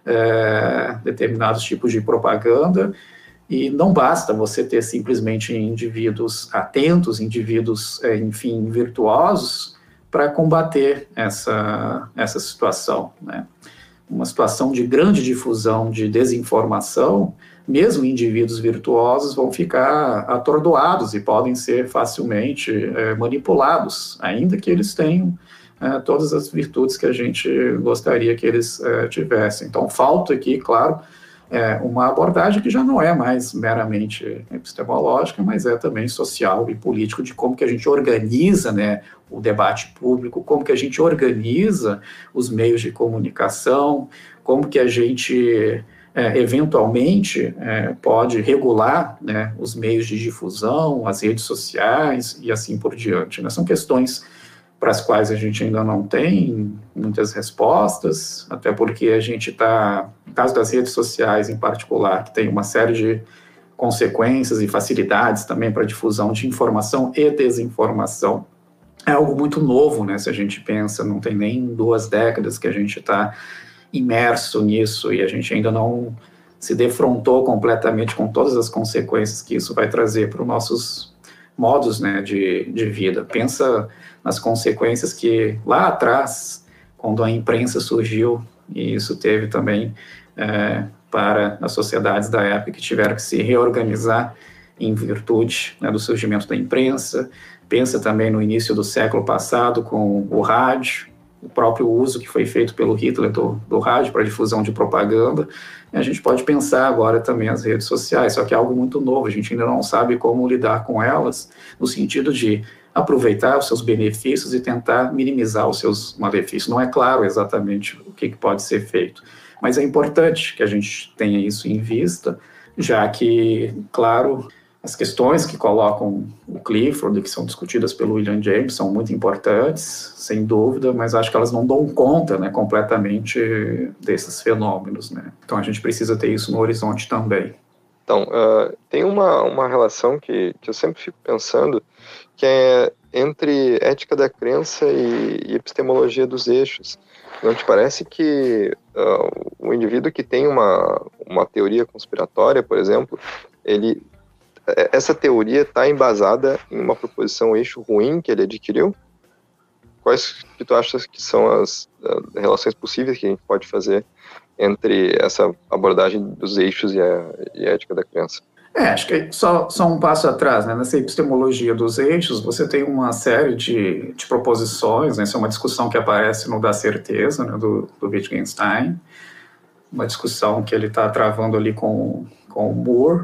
determinados tipos de propaganda. E não basta você ter simplesmente indivíduos atentos, indivíduos, enfim, virtuosos, para combater essa situação, Uma situação de grande difusão de desinformação, mesmo indivíduos virtuosos vão ficar atordoados e podem ser facilmente manipulados, ainda que eles tenham todas as virtudes que a gente gostaria que eles tivessem. Então, falta aqui, claro, uma abordagem que já não é mais meramente epistemológica, mas é também social e político, de como que a gente organiza o debate público, como que a gente organiza os meios de comunicação, como que a gente eventualmente pode regular os meios de difusão, as redes sociais e assim por diante. São questões para as quais a gente ainda não tem muitas respostas, até porque a gente está, no caso das redes sociais em particular, que tem uma série de consequências e facilidades também para a difusão de informação e desinformação. É algo muito novo, né? Se a gente pensa, não tem nem 2 décadas que a gente está imerso nisso e a gente ainda não se defrontou completamente com todas as consequências que isso vai trazer para os nossos modos, né, de vida. Pensa nas consequências que lá atrás, quando a imprensa surgiu, e isso teve também para as sociedades da época que tiveram que se reorganizar em virtude, né, do surgimento da imprensa. Pensa também no início do século passado com o rádio, o próprio uso que foi feito pelo Hitler do rádio para difusão de propaganda. E a gente pode pensar agora também as redes sociais, só que é algo muito novo, a gente ainda não sabe como lidar com elas, no sentido de aproveitar os seus benefícios e tentar minimizar os seus malefícios. Não é claro exatamente o que pode ser feito, mas é importante que a gente tenha isso em vista, já que, claro, as questões que colocam o Clifford, que são discutidas pelo William James, são muito importantes, sem dúvida, mas acho que elas não dão conta, né, completamente desses fenômenos, né? Então a gente precisa ter isso no horizonte também. Então, tem uma relação que eu sempre fico pensando, que é entre ética da crença e epistemologia dos eixos. Não te parece que o indivíduo que tem uma teoria conspiratória, por exemplo, essa teoria está embasada em uma proposição eixo ruim que ele adquiriu? Quais que tu achas que são as relações possíveis que a gente pode fazer entre essa abordagem dos eixos e a ética da crença? Acho que só um passo atrás, né? Nessa epistemologia dos eixos, você tem uma série de proposições, né? Essa é uma discussão que aparece no Da Certeza, né? do Wittgenstein, uma discussão que ele está travando ali com o Moore,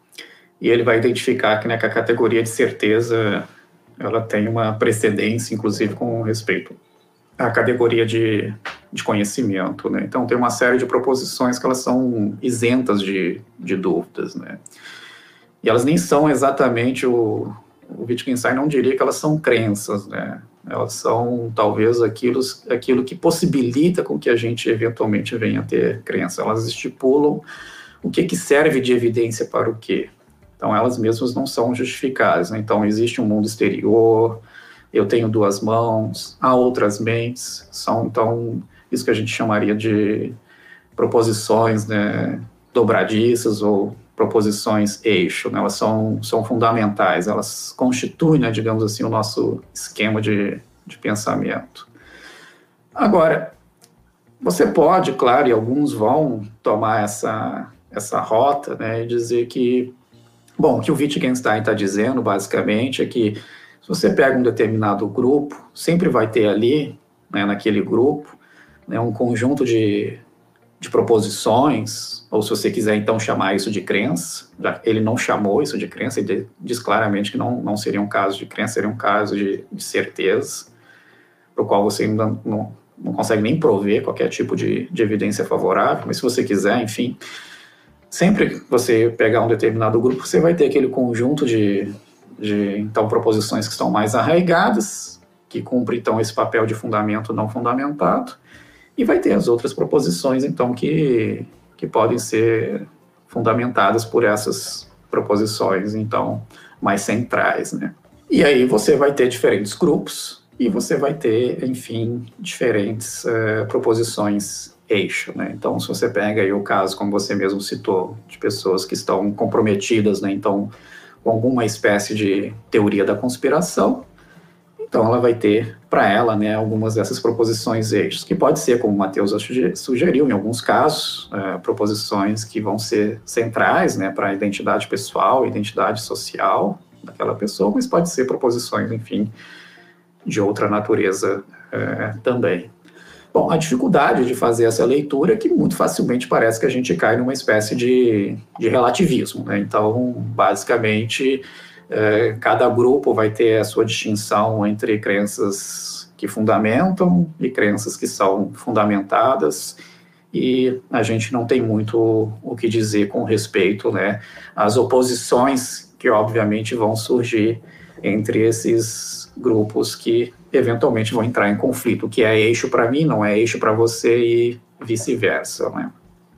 e ele vai identificar que, né, que a categoria de certeza ela tem uma precedência, inclusive, com respeito à categoria de conhecimento, né? Então, tem uma série de proposições que elas são isentas de dúvidas, né? E elas nem são exatamente o Wittgenstein não diria que elas são crenças, né? Elas são, talvez, aquilo que possibilita com que a gente, eventualmente, venha a ter crença. Elas estipulam o que serve de evidência para o quê. Então, elas mesmas não são justificáveis, né? Então, existe um mundo exterior, eu tenho 2 mãos, há outras mentes, são, então, isso que a gente chamaria de proposições, né, dobradiças ou proposições eixo, né? Elas são fundamentais, elas constituem, né, digamos assim, o nosso esquema de pensamento. Agora, você pode, claro, e alguns vão tomar essa rota, né, e dizer que, bom, o que o Wittgenstein está dizendo, basicamente, é que se você pega um determinado grupo, sempre vai ter ali, né, naquele grupo, né, um conjunto de proposições, ou se você quiser, então, chamar isso de crença. Ele não chamou isso de crença, ele diz claramente que não seria um caso de crença, seria um caso de certeza, para o qual você ainda não consegue nem prover qualquer tipo de evidência favorável, mas se você quiser, enfim, sempre que você pegar um determinado grupo, você vai ter aquele conjunto de então, proposições que estão mais arraigadas, que cumprem, então, esse papel de fundamento não fundamentado, e vai ter as outras proposições, então, que podem ser fundamentadas por essas proposições, então, mais centrais, né? E aí você vai ter diferentes grupos, e você vai ter, enfim, diferentes proposições eixo, né? Então, se você pega aí o caso, como você mesmo citou, de pessoas que estão comprometidas, né, então, com alguma espécie de teoria da conspiração, então ela vai ter para ela, né, algumas dessas proposições eixos, que pode ser, como o Matheus sugeriu, em alguns casos, proposições que vão ser centrais, né, para a identidade pessoal, identidade social daquela pessoa, mas pode ser proposições, enfim, de outra natureza também. Bom, a dificuldade de fazer essa leitura é que muito facilmente parece que a gente cai numa espécie de relativismo, né? Então, basicamente, cada grupo vai ter a sua distinção entre crenças que fundamentam e crenças que são fundamentadas, e a gente não tem muito o que dizer com respeito, né, às oposições que, obviamente, vão surgir entre esses grupos que eventualmente vão entrar em conflito. O que é eixo para mim não é eixo para você e vice-versa, né?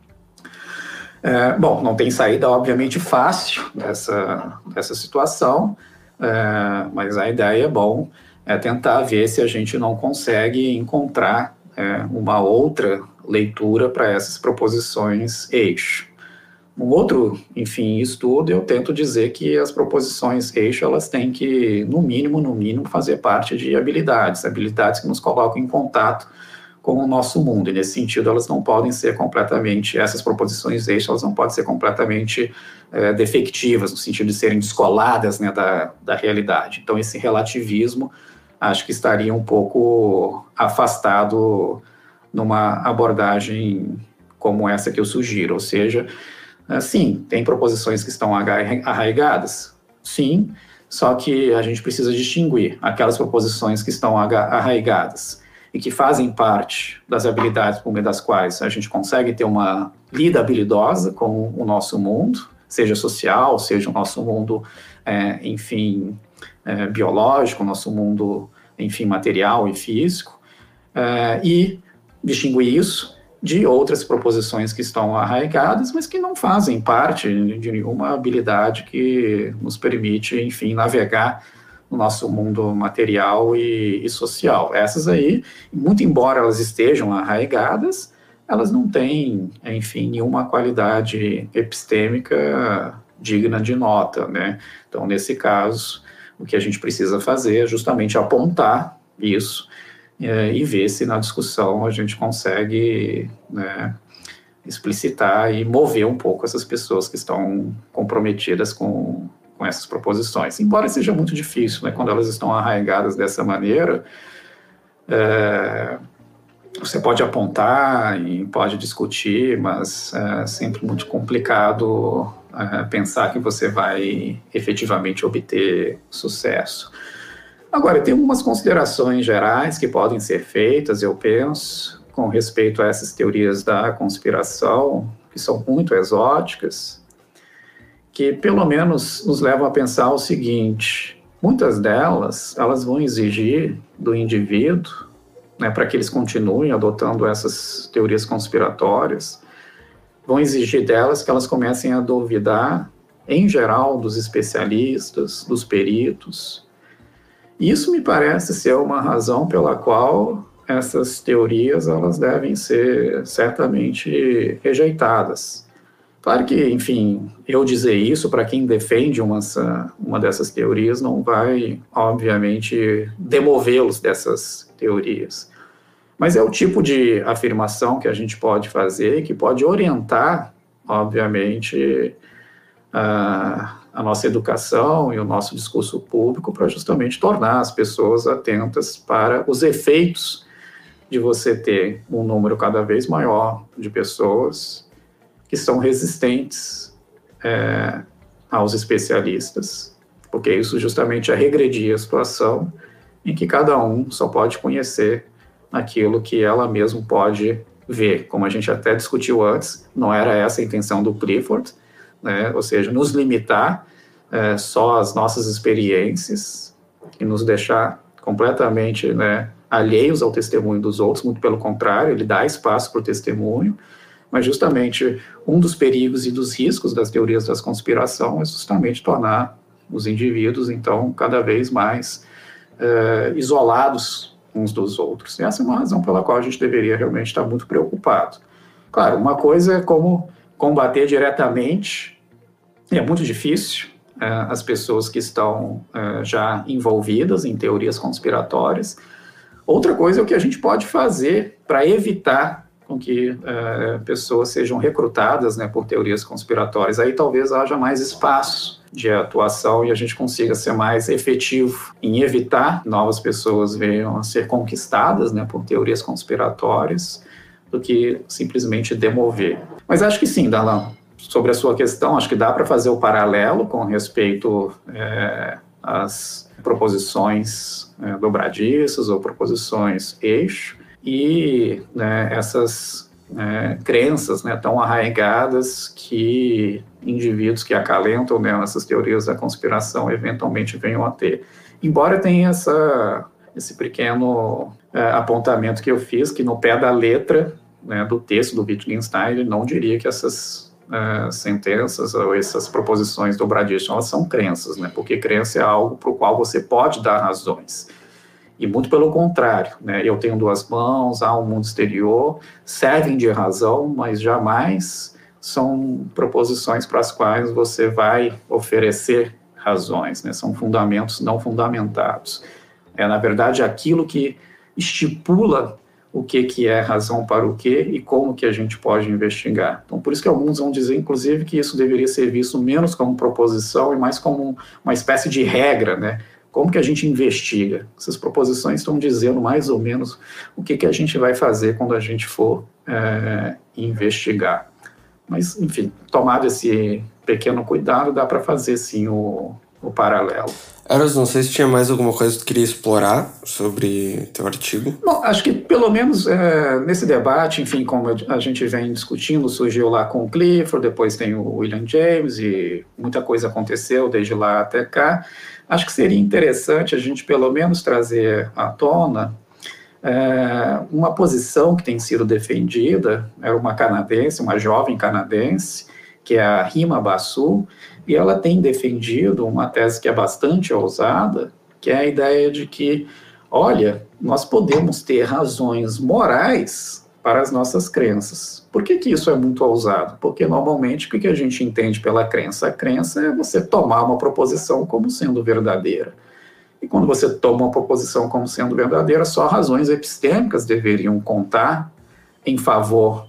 Bom, não tem saída, obviamente, fácil dessa situação, mas a ideia é tentar ver se a gente não consegue encontrar uma outra leitura para essas proposições eixo. Um outro, enfim, estudo, eu tento dizer que as proposições eixo, elas têm que, no mínimo, fazer parte de habilidades que nos colocam em contato com o nosso mundo, e nesse sentido elas não podem ser completamente, essas proposições eixo, elas não podem ser completamente defectivas, no sentido de serem descoladas, né, da realidade. Então esse relativismo acho que estaria um pouco afastado numa abordagem como essa que eu sugiro, ou seja, sim, tem proposições que estão arraigadas, sim, só que a gente precisa distinguir aquelas proposições que estão arraigadas e que fazem parte das habilidades por meio das quais a gente consegue ter uma lida habilidosa com o nosso mundo, seja social, seja o nosso mundo, biológico, o nosso mundo, enfim, material e físico, e distinguir isso de outras proposições que estão arraigadas, mas que não fazem parte de nenhuma habilidade que nos permite, enfim, navegar no nosso mundo material e social. Essas aí, muito embora elas estejam arraigadas, elas não têm, enfim, nenhuma qualidade epistêmica digna de nota, né? Então, nesse caso, o que a gente precisa fazer é justamente apontar isso e ver se na discussão a gente consegue, né, explicitar e mover um pouco essas pessoas que estão comprometidas com essas proposições. Embora seja muito difícil, né, quando elas estão arraigadas dessa maneira, você pode apontar e pode discutir, mas é sempre muito complicado pensar que você vai efetivamente obter sucesso. Agora, tem algumas considerações gerais que podem ser feitas, eu penso, com respeito a essas teorias da conspiração, que são muito exóticas, que pelo menos nos levam a pensar o seguinte: muitas delas, elas vão exigir do indivíduo, né, para que eles continuem adotando essas teorias conspiratórias, vão exigir delas que elas comecem a duvidar, em geral, dos especialistas, dos peritos. Isso me parece ser uma razão pela qual essas teorias elas devem ser certamente rejeitadas. Claro que, enfim, eu dizer isso para quem defende uma dessas teorias não vai, obviamente, demovê-los dessas teorias. Mas é o tipo de afirmação que a gente pode fazer e que pode orientar, obviamente, a nossa educação e o nosso discurso público para justamente tornar as pessoas atentas para os efeitos de você ter um número cada vez maior de pessoas que são resistentes aos especialistas, porque isso justamente é regredir a situação em que cada um só pode conhecer aquilo que ela mesma pode ver. Como a gente até discutiu antes, não era essa a intenção do Clifford, né? Ou seja, nos limitar só às nossas experiências e nos deixar completamente, né, alheios ao testemunho dos outros. Muito pelo contrário, ele dá espaço para o testemunho, mas justamente um dos perigos e dos riscos das teorias da conspiração é justamente tornar os indivíduos, então, cada vez mais isolados uns dos outros. E essa é uma razão pela qual a gente deveria realmente estar muito preocupado. Claro, uma coisa é como combater diretamente, e é muito difícil, as pessoas que estão já envolvidas em teorias conspiratórias. Outra coisa é o que a gente pode fazer para evitar com que pessoas sejam recrutadas, né, por teorias conspiratórias. Aí talvez haja mais espaço de atuação e a gente consiga ser mais efetivo em evitar novas pessoas venham a ser conquistadas, né, por teorias conspiratórias, do que simplesmente demover. Mas acho que sim, Darlan, sobre a sua questão, acho que dá para fazer o paralelo com respeito às proposições dobradiças ou proposições eixo, e, né, essas crenças, né, tão arraigadas que indivíduos que acalentam, né, nessas teorias da conspiração eventualmente venham a ter. Embora tenha esse pequeno apontamento que eu fiz, que no pé da letra, né, do texto do Wittgenstein, ele não diria que essas sentenças ou essas proposições do Bradish, elas são crenças, né, porque crença é algo para o qual você pode dar razões. E muito pelo contrário, né, eu tenho duas mãos, há um mundo exterior, servem de razão, mas jamais são proposições para as quais você vai oferecer razões, né, são fundamentos não fundamentados. É, na verdade, aquilo que estipula o que é razão para o quê e como que a gente pode investigar. Então, por isso que alguns vão dizer, inclusive, que isso deveria ser visto menos como proposição e mais como uma espécie de regra, né? Como que a gente investiga? Essas proposições estão dizendo mais ou menos o que a gente vai fazer quando a gente for investigar. Mas, enfim, tomado esse pequeno cuidado, dá para fazer, sim, o paralelo. Eros, não sei se tinha mais alguma coisa que tu queria explorar sobre teu artigo. Bom, acho que pelo menos nesse debate, enfim, como a gente vem discutindo, surgiu lá com o Clifford, depois tem o William James e muita coisa aconteceu desde lá até cá. Acho que seria interessante a gente pelo menos trazer à tona uma posição que tem sido defendida, era uma canadense, uma jovem canadense, que é a Rima Basu, e ela tem defendido uma tese que é bastante ousada, que é a ideia de que, olha, nós podemos ter razões morais para as nossas crenças. Por que isso é muito ousado? Porque, normalmente, o que a gente entende pela crença? A crença é você tomar uma proposição como sendo verdadeira. E quando você toma uma proposição como sendo verdadeira, só razões epistêmicas deveriam contar em favor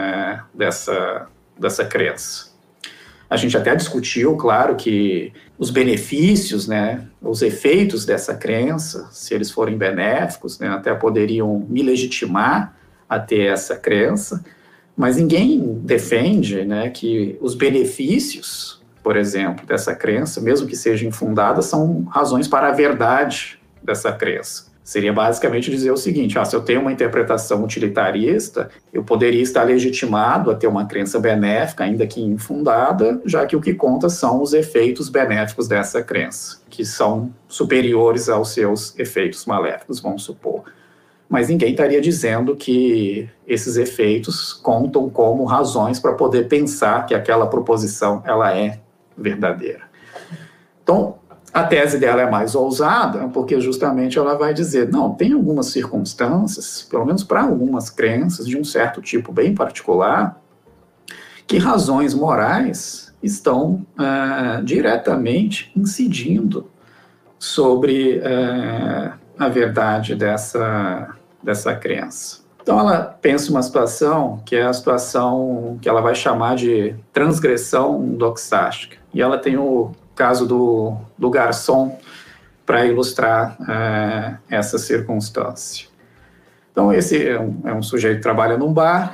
dessa crença. A gente até discutiu, claro, que os benefícios, né, os efeitos dessa crença, se eles forem benéficos, né, até poderiam me legitimar a ter essa crença, mas ninguém defende, né, que os benefícios, por exemplo, dessa crença, mesmo que sejam infundadas, são razões para a verdade dessa crença. Seria basicamente dizer o seguinte, se eu tenho uma interpretação utilitarista, eu poderia estar legitimado a ter uma crença benéfica, ainda que infundada, já que o que conta são os efeitos benéficos dessa crença, que são superiores aos seus efeitos maléficos, vamos supor. Mas ninguém estaria dizendo que esses efeitos contam como razões para poder pensar que aquela proposição ela é verdadeira. Então, a tese dela é mais ousada, porque justamente ela vai dizer, não, tem algumas circunstâncias, pelo menos para algumas crenças de um certo tipo bem particular, que razões morais estão diretamente incidindo sobre a verdade dessa crença. Então ela pensa uma situação que é a situação que ela vai chamar de transgressão doxástica. E ela tem o caso do garçom para ilustrar essa circunstância. Então esse é um sujeito que trabalha num bar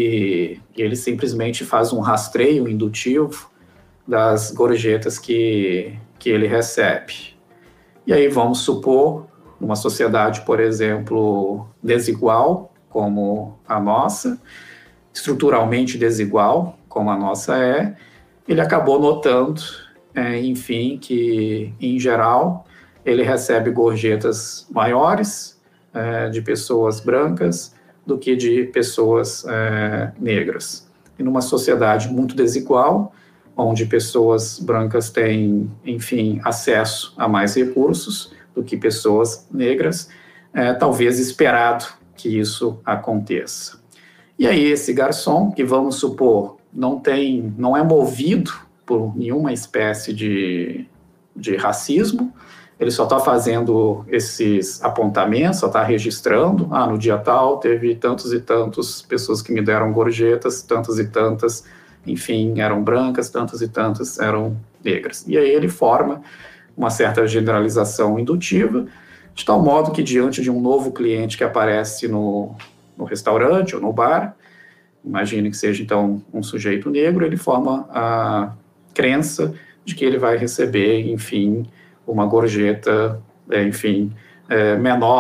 e ele simplesmente faz um rastreio indutivo das gorjetas que ele recebe. E aí vamos supor, numa sociedade, por exemplo, desigual, como a nossa, estruturalmente desigual, como a nossa é, ele acabou notando, enfim, que, em geral, ele recebe gorjetas maiores de pessoas brancas do que de pessoas negras. E numa sociedade muito desigual, onde pessoas brancas têm, enfim, acesso a mais recursos do que pessoas negras, talvez esperado que isso aconteça. E aí esse garçom, que vamos supor, não é movido por nenhuma espécie de racismo, ele só está fazendo esses apontamentos, só está registrando, no dia tal teve tantos e tantos pessoas que me deram gorjetas, tantas e tantas, enfim, eram brancas, tantas e tantas eram negras. E aí ele forma uma certa generalização indutiva, de tal modo que diante de um novo cliente que aparece no restaurante ou no bar, imagine que seja então um sujeito negro, ele forma a crença de que ele vai receber, enfim, uma gorjeta, menor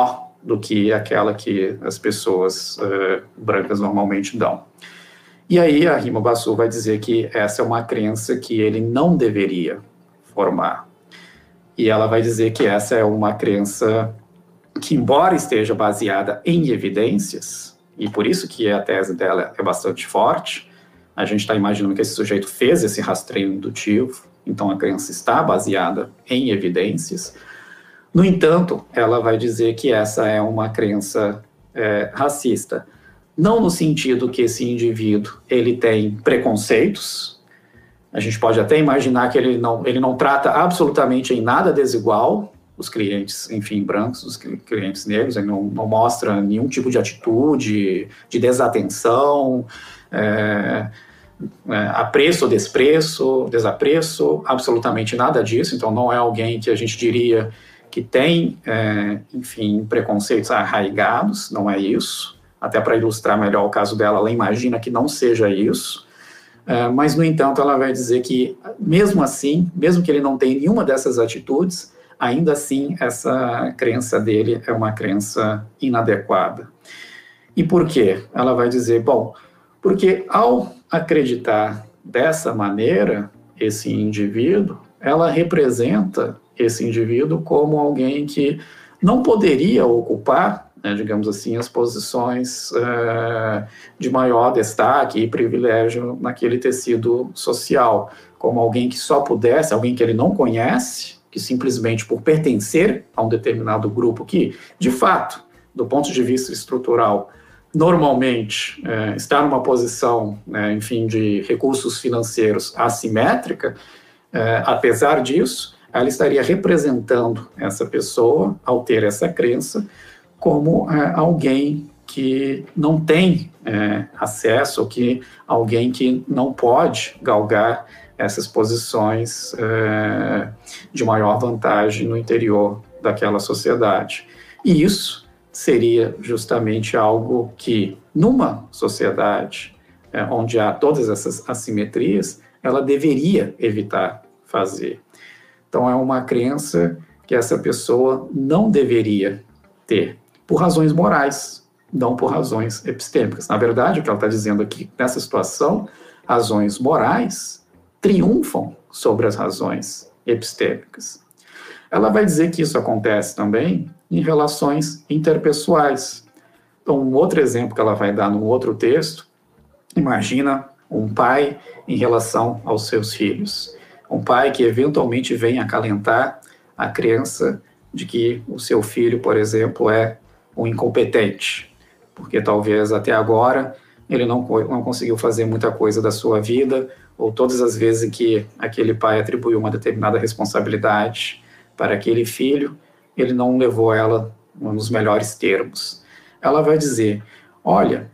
do que aquela que as pessoas brancas normalmente dão. E aí a Rima Basu vai dizer que essa é uma crença que ele não deveria formar. E ela vai dizer que essa é uma crença que, embora esteja baseada em evidências, e por isso que a tese dela é bastante forte, a gente está imaginando que esse sujeito fez esse rastreio indutivo, então a crença está baseada em evidências. No entanto, ela vai dizer que essa é uma crença racista, não no sentido que esse indivíduo ele tem preconceitos. A gente pode até imaginar que ele não trata absolutamente em nada desigual os clientes, enfim, brancos, os clientes negros, ele não mostra nenhum tipo de atitude, de desatenção, apreço ou desapreço, absolutamente nada disso. Então não é alguém que a gente diria que tem, enfim, preconceitos arraigados, não é isso. Até para ilustrar melhor o caso dela, ela imagina que não seja isso. Mas, no entanto, ela vai dizer que, mesmo assim, mesmo que ele não tenha nenhuma dessas atitudes, ainda assim, essa crença dele é uma crença inadequada. E por quê? Ela vai dizer, bom, porque ao acreditar dessa maneira, esse indivíduo, ela representa esse indivíduo como alguém que não poderia ocupar, digamos assim, as posições de maior destaque e privilégio naquele tecido social, como alguém que só pudesse, alguém que ele não conhece, que simplesmente por pertencer a um determinado grupo que, de fato, do ponto de vista estrutural, normalmente está numa posição, enfim, de recursos financeiros assimétrica, apesar disso, ela estaria representando essa pessoa, ao ter essa crença, como alguém que não tem acesso, ou que alguém que não pode galgar essas posições de maior vantagem no interior daquela sociedade. E isso seria justamente algo que, numa sociedade onde há todas essas assimetrias, ela deveria evitar fazer. Então, é uma crença que essa pessoa não deveria ter, por razões morais, não por razões epistêmicas. Na verdade, o que ela está dizendo aqui, nessa situação, razões morais triunfam sobre as razões epistêmicas. Ela vai dizer que isso acontece também em relações interpessoais. Então, um outro exemplo que ela vai dar num outro texto, imagina um pai em relação aos seus filhos. Um pai que eventualmente vem acalentar a crença de que o seu filho, por exemplo, é um incompetente, porque talvez até agora ele não conseguiu fazer muita coisa da sua vida, ou todas as vezes em que aquele pai atribuiu uma determinada responsabilidade para aquele filho, ele não levou ela nos melhores termos. Ela vai dizer, olha,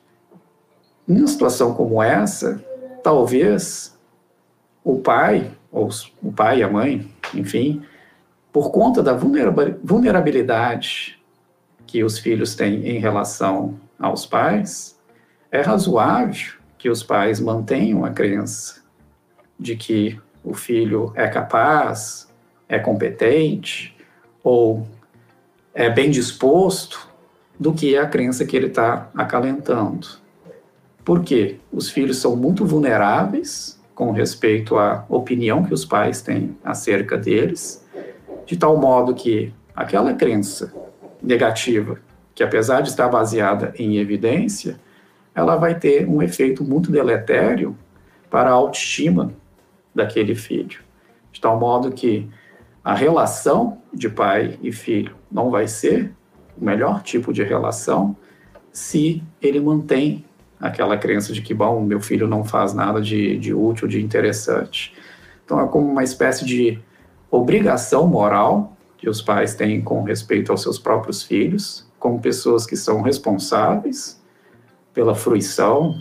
em uma situação como essa, talvez o pai, ou o pai e a mãe, enfim, por conta da vulnerabilidade que os filhos têm em relação aos pais, é razoável que os pais mantenham a crença de que o filho é capaz, é competente ou é bem disposto, do que a crença que ele está acalentando. Por quê? Os filhos são muito vulneráveis com respeito à opinião que os pais têm acerca deles, de tal modo que aquela crença negativa, que apesar de estar baseada em evidência, ela vai ter um efeito muito deletério para a autoestima daquele filho. De tal modo que a relação de pai e filho não vai ser o melhor tipo de relação se ele mantém aquela crença de que, bom, meu filho não faz nada de útil, de interessante. Então é como uma espécie de obrigação moral que os pais têm com respeito aos seus próprios filhos, como pessoas que são responsáveis pela fruição,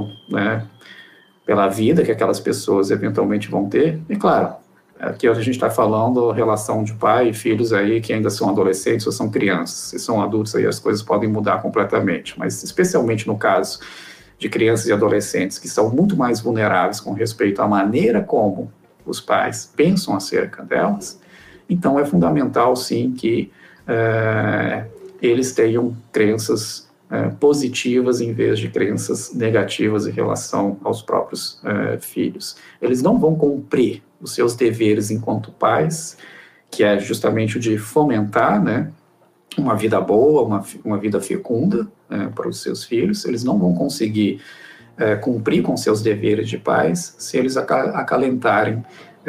pela vida que aquelas pessoas eventualmente vão ter. E claro, aqui a gente está falando relação de pai e filhos aí que ainda são adolescentes ou são crianças. Se são adultos aí as coisas podem mudar completamente, mas especialmente no caso de crianças e adolescentes que são muito mais vulneráveis com respeito à maneira como os pais pensam acerca delas, então é fundamental sim que eles tenham crenças positivas em vez de crenças negativas em relação aos próprios filhos. Eles não vão cumprir os seus deveres enquanto pais, que é justamente o de fomentar, né, uma vida boa, uma vida fecunda para os seus filhos. Eles não vão conseguir cumprir com seus deveres de pais se eles acalentarem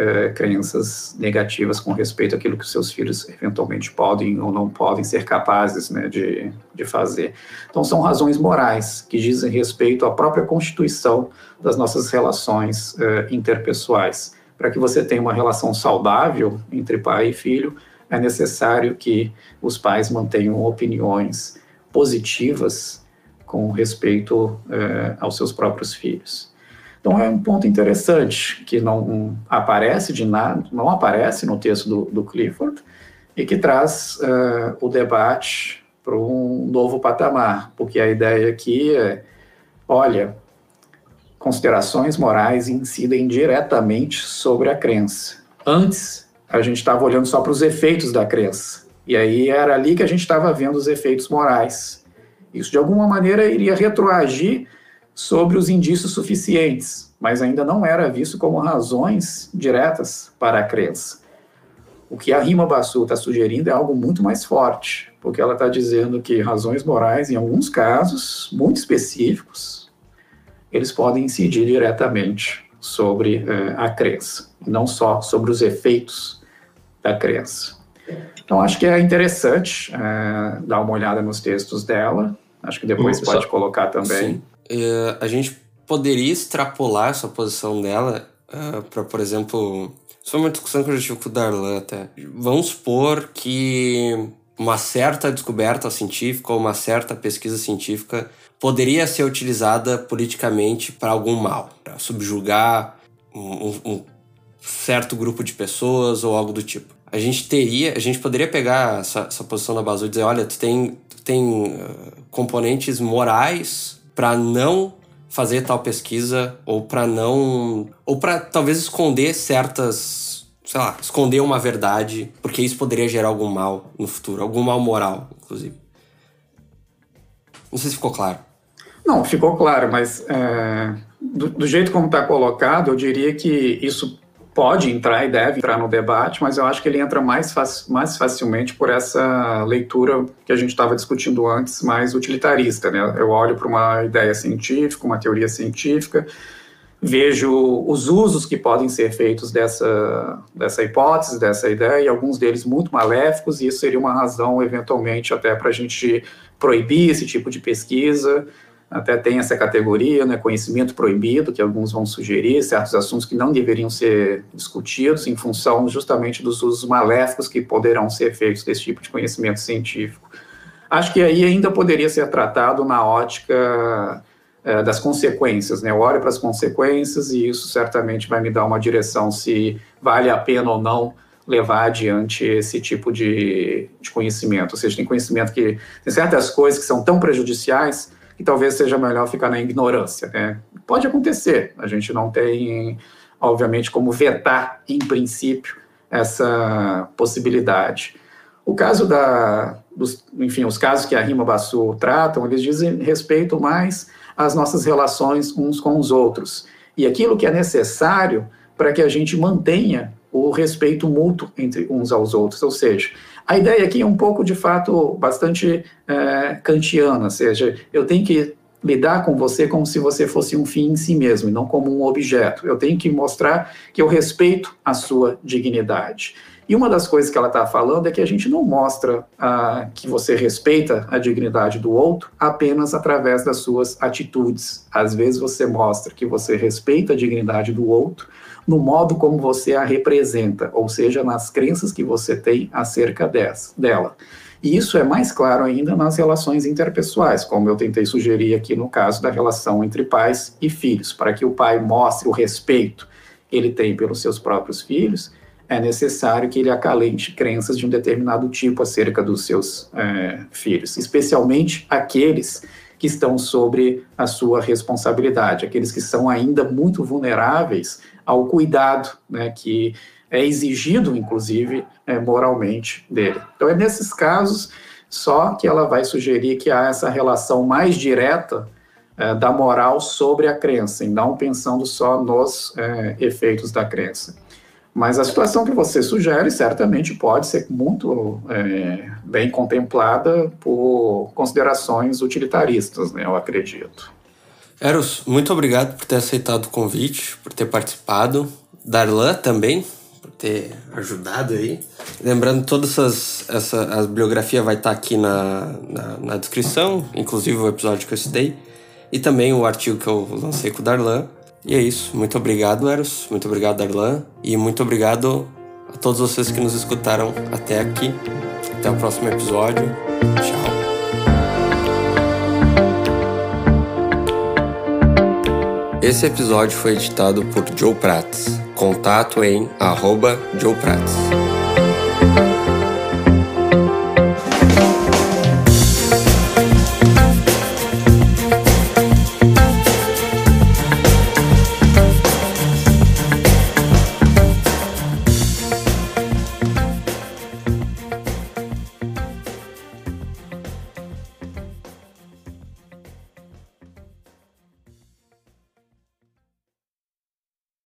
crenças negativas com respeito àquilo que os seus filhos eventualmente podem ou não podem ser capazes, né, de fazer. Então, são razões morais que dizem respeito à própria constituição das nossas relações interpessoais. Para que você tenha uma relação saudável entre pai e filho, é necessário que os pais mantenham opiniões positivas com respeito aos seus próprios filhos. Então é um ponto interessante que não aparece não aparece no texto do Clifford e que traz o debate para um novo patamar, porque a ideia aqui é, olha, considerações morais incidem diretamente sobre a crença. Antes, a gente estava olhando só para os efeitos da crença, e aí era ali que a gente estava vendo os efeitos morais. Isso, de alguma maneira, iria retroagir sobre os indícios suficientes, mas ainda não era visto como razões diretas para a crença. O que a Rima Basu está sugerindo é algo muito mais forte, porque ela está dizendo que razões morais, em alguns casos muito específicos, eles podem incidir diretamente sobre a crença, e não só sobre os efeitos da crença. Então, acho que é interessante dar uma olhada nos textos dela. Acho que depois pode colocar também. Sim. A gente poderia extrapolar essa posição dela para, por exemplo... Isso foi uma discussão que eu já tive com o Darlan até. Vamos supor que uma certa descoberta científica ou uma certa pesquisa científica poderia ser utilizada politicamente para algum mal, para subjugar um certo grupo de pessoas ou algo do tipo. A gente poderia pegar essa posição da Basu e dizer, olha, tu tem componentes morais para não fazer tal pesquisa ou para talvez esconder esconder uma verdade, porque isso poderia gerar algum mal no futuro, algum mal moral, inclusive. Não sei se ficou claro. Não, ficou claro, mas do jeito como está colocado, eu diria que isso pode entrar e deve entrar no debate, mas eu acho que ele entra mais facilmente por essa leitura que a gente estava discutindo antes, mais utilitarista, né? Eu olho para uma ideia científica, uma teoria científica, vejo os usos que podem ser feitos dessa hipótese, dessa ideia, e alguns deles muito maléficos, e isso seria uma razão, eventualmente, até para a gente proibir esse tipo de pesquisa. Até tem essa categoria, né, conhecimento proibido, que alguns vão sugerir, certos assuntos que não deveriam ser discutidos em função justamente dos usos maléficos que poderão ser feitos desse tipo de conhecimento científico. Acho que aí ainda poderia ser tratado na ótica das consequências, né? Eu olho para as consequências e isso certamente vai me dar uma direção se vale a pena ou não levar adiante esse tipo de conhecimento. Ou seja, tem conhecimento que tem certas coisas que são tão prejudiciais que talvez seja melhor ficar na ignorância, né? Pode acontecer, a gente não tem, obviamente, como vetar, em princípio, essa possibilidade. O caso os casos que a Rima Basu tratam, eles dizem respeito mais às nossas relações uns com os outros, e aquilo que é necessário para que a gente mantenha o respeito mútuo entre uns aos outros, ou seja, a ideia aqui é um pouco, de fato, bastante kantiana, ou seja, eu tenho que lidar com você como se você fosse um fim em si mesmo, e não como um objeto. Eu tenho que mostrar que eu respeito a sua dignidade. E uma das coisas que ela está falando é que a gente não mostra que você respeita a dignidade do outro apenas através das suas atitudes. Às vezes você mostra que você respeita a dignidade do outro no modo como você a representa, ou seja, nas crenças que você tem acerca dela. E isso é mais claro ainda nas relações interpessoais, como eu tentei sugerir aqui no caso da relação entre pais e filhos. Para que o pai mostre o respeito que ele tem pelos seus próprios filhos, é necessário que ele acalente crenças de um determinado tipo acerca dos seus filhos, especialmente aqueles que estão sobre a sua responsabilidade, aqueles que são ainda muito vulneráveis ao cuidado, né, que é exigido, inclusive, moralmente dele. Então, é nesses casos só que ela vai sugerir que há essa relação mais direta da moral sobre a crença, e não pensando só nos efeitos da crença. Mas a situação que você sugere certamente pode ser muito bem contemplada por considerações utilitaristas, né, eu acredito. Eros, muito obrigado por ter aceitado o convite, por ter participado. Darlan também, por ter ajudado aí. Lembrando, a bibliografia vai estar aqui na descrição, inclusive o episódio que eu citei, e também o artigo que eu lancei com o Darlan. E é isso. Muito obrigado, Eros. Muito obrigado, Darlan. E muito obrigado a todos vocês que nos escutaram até aqui. Até o próximo episódio. Tchau. Esse episódio foi editado por Joe Prats. Contato em @JoePrats.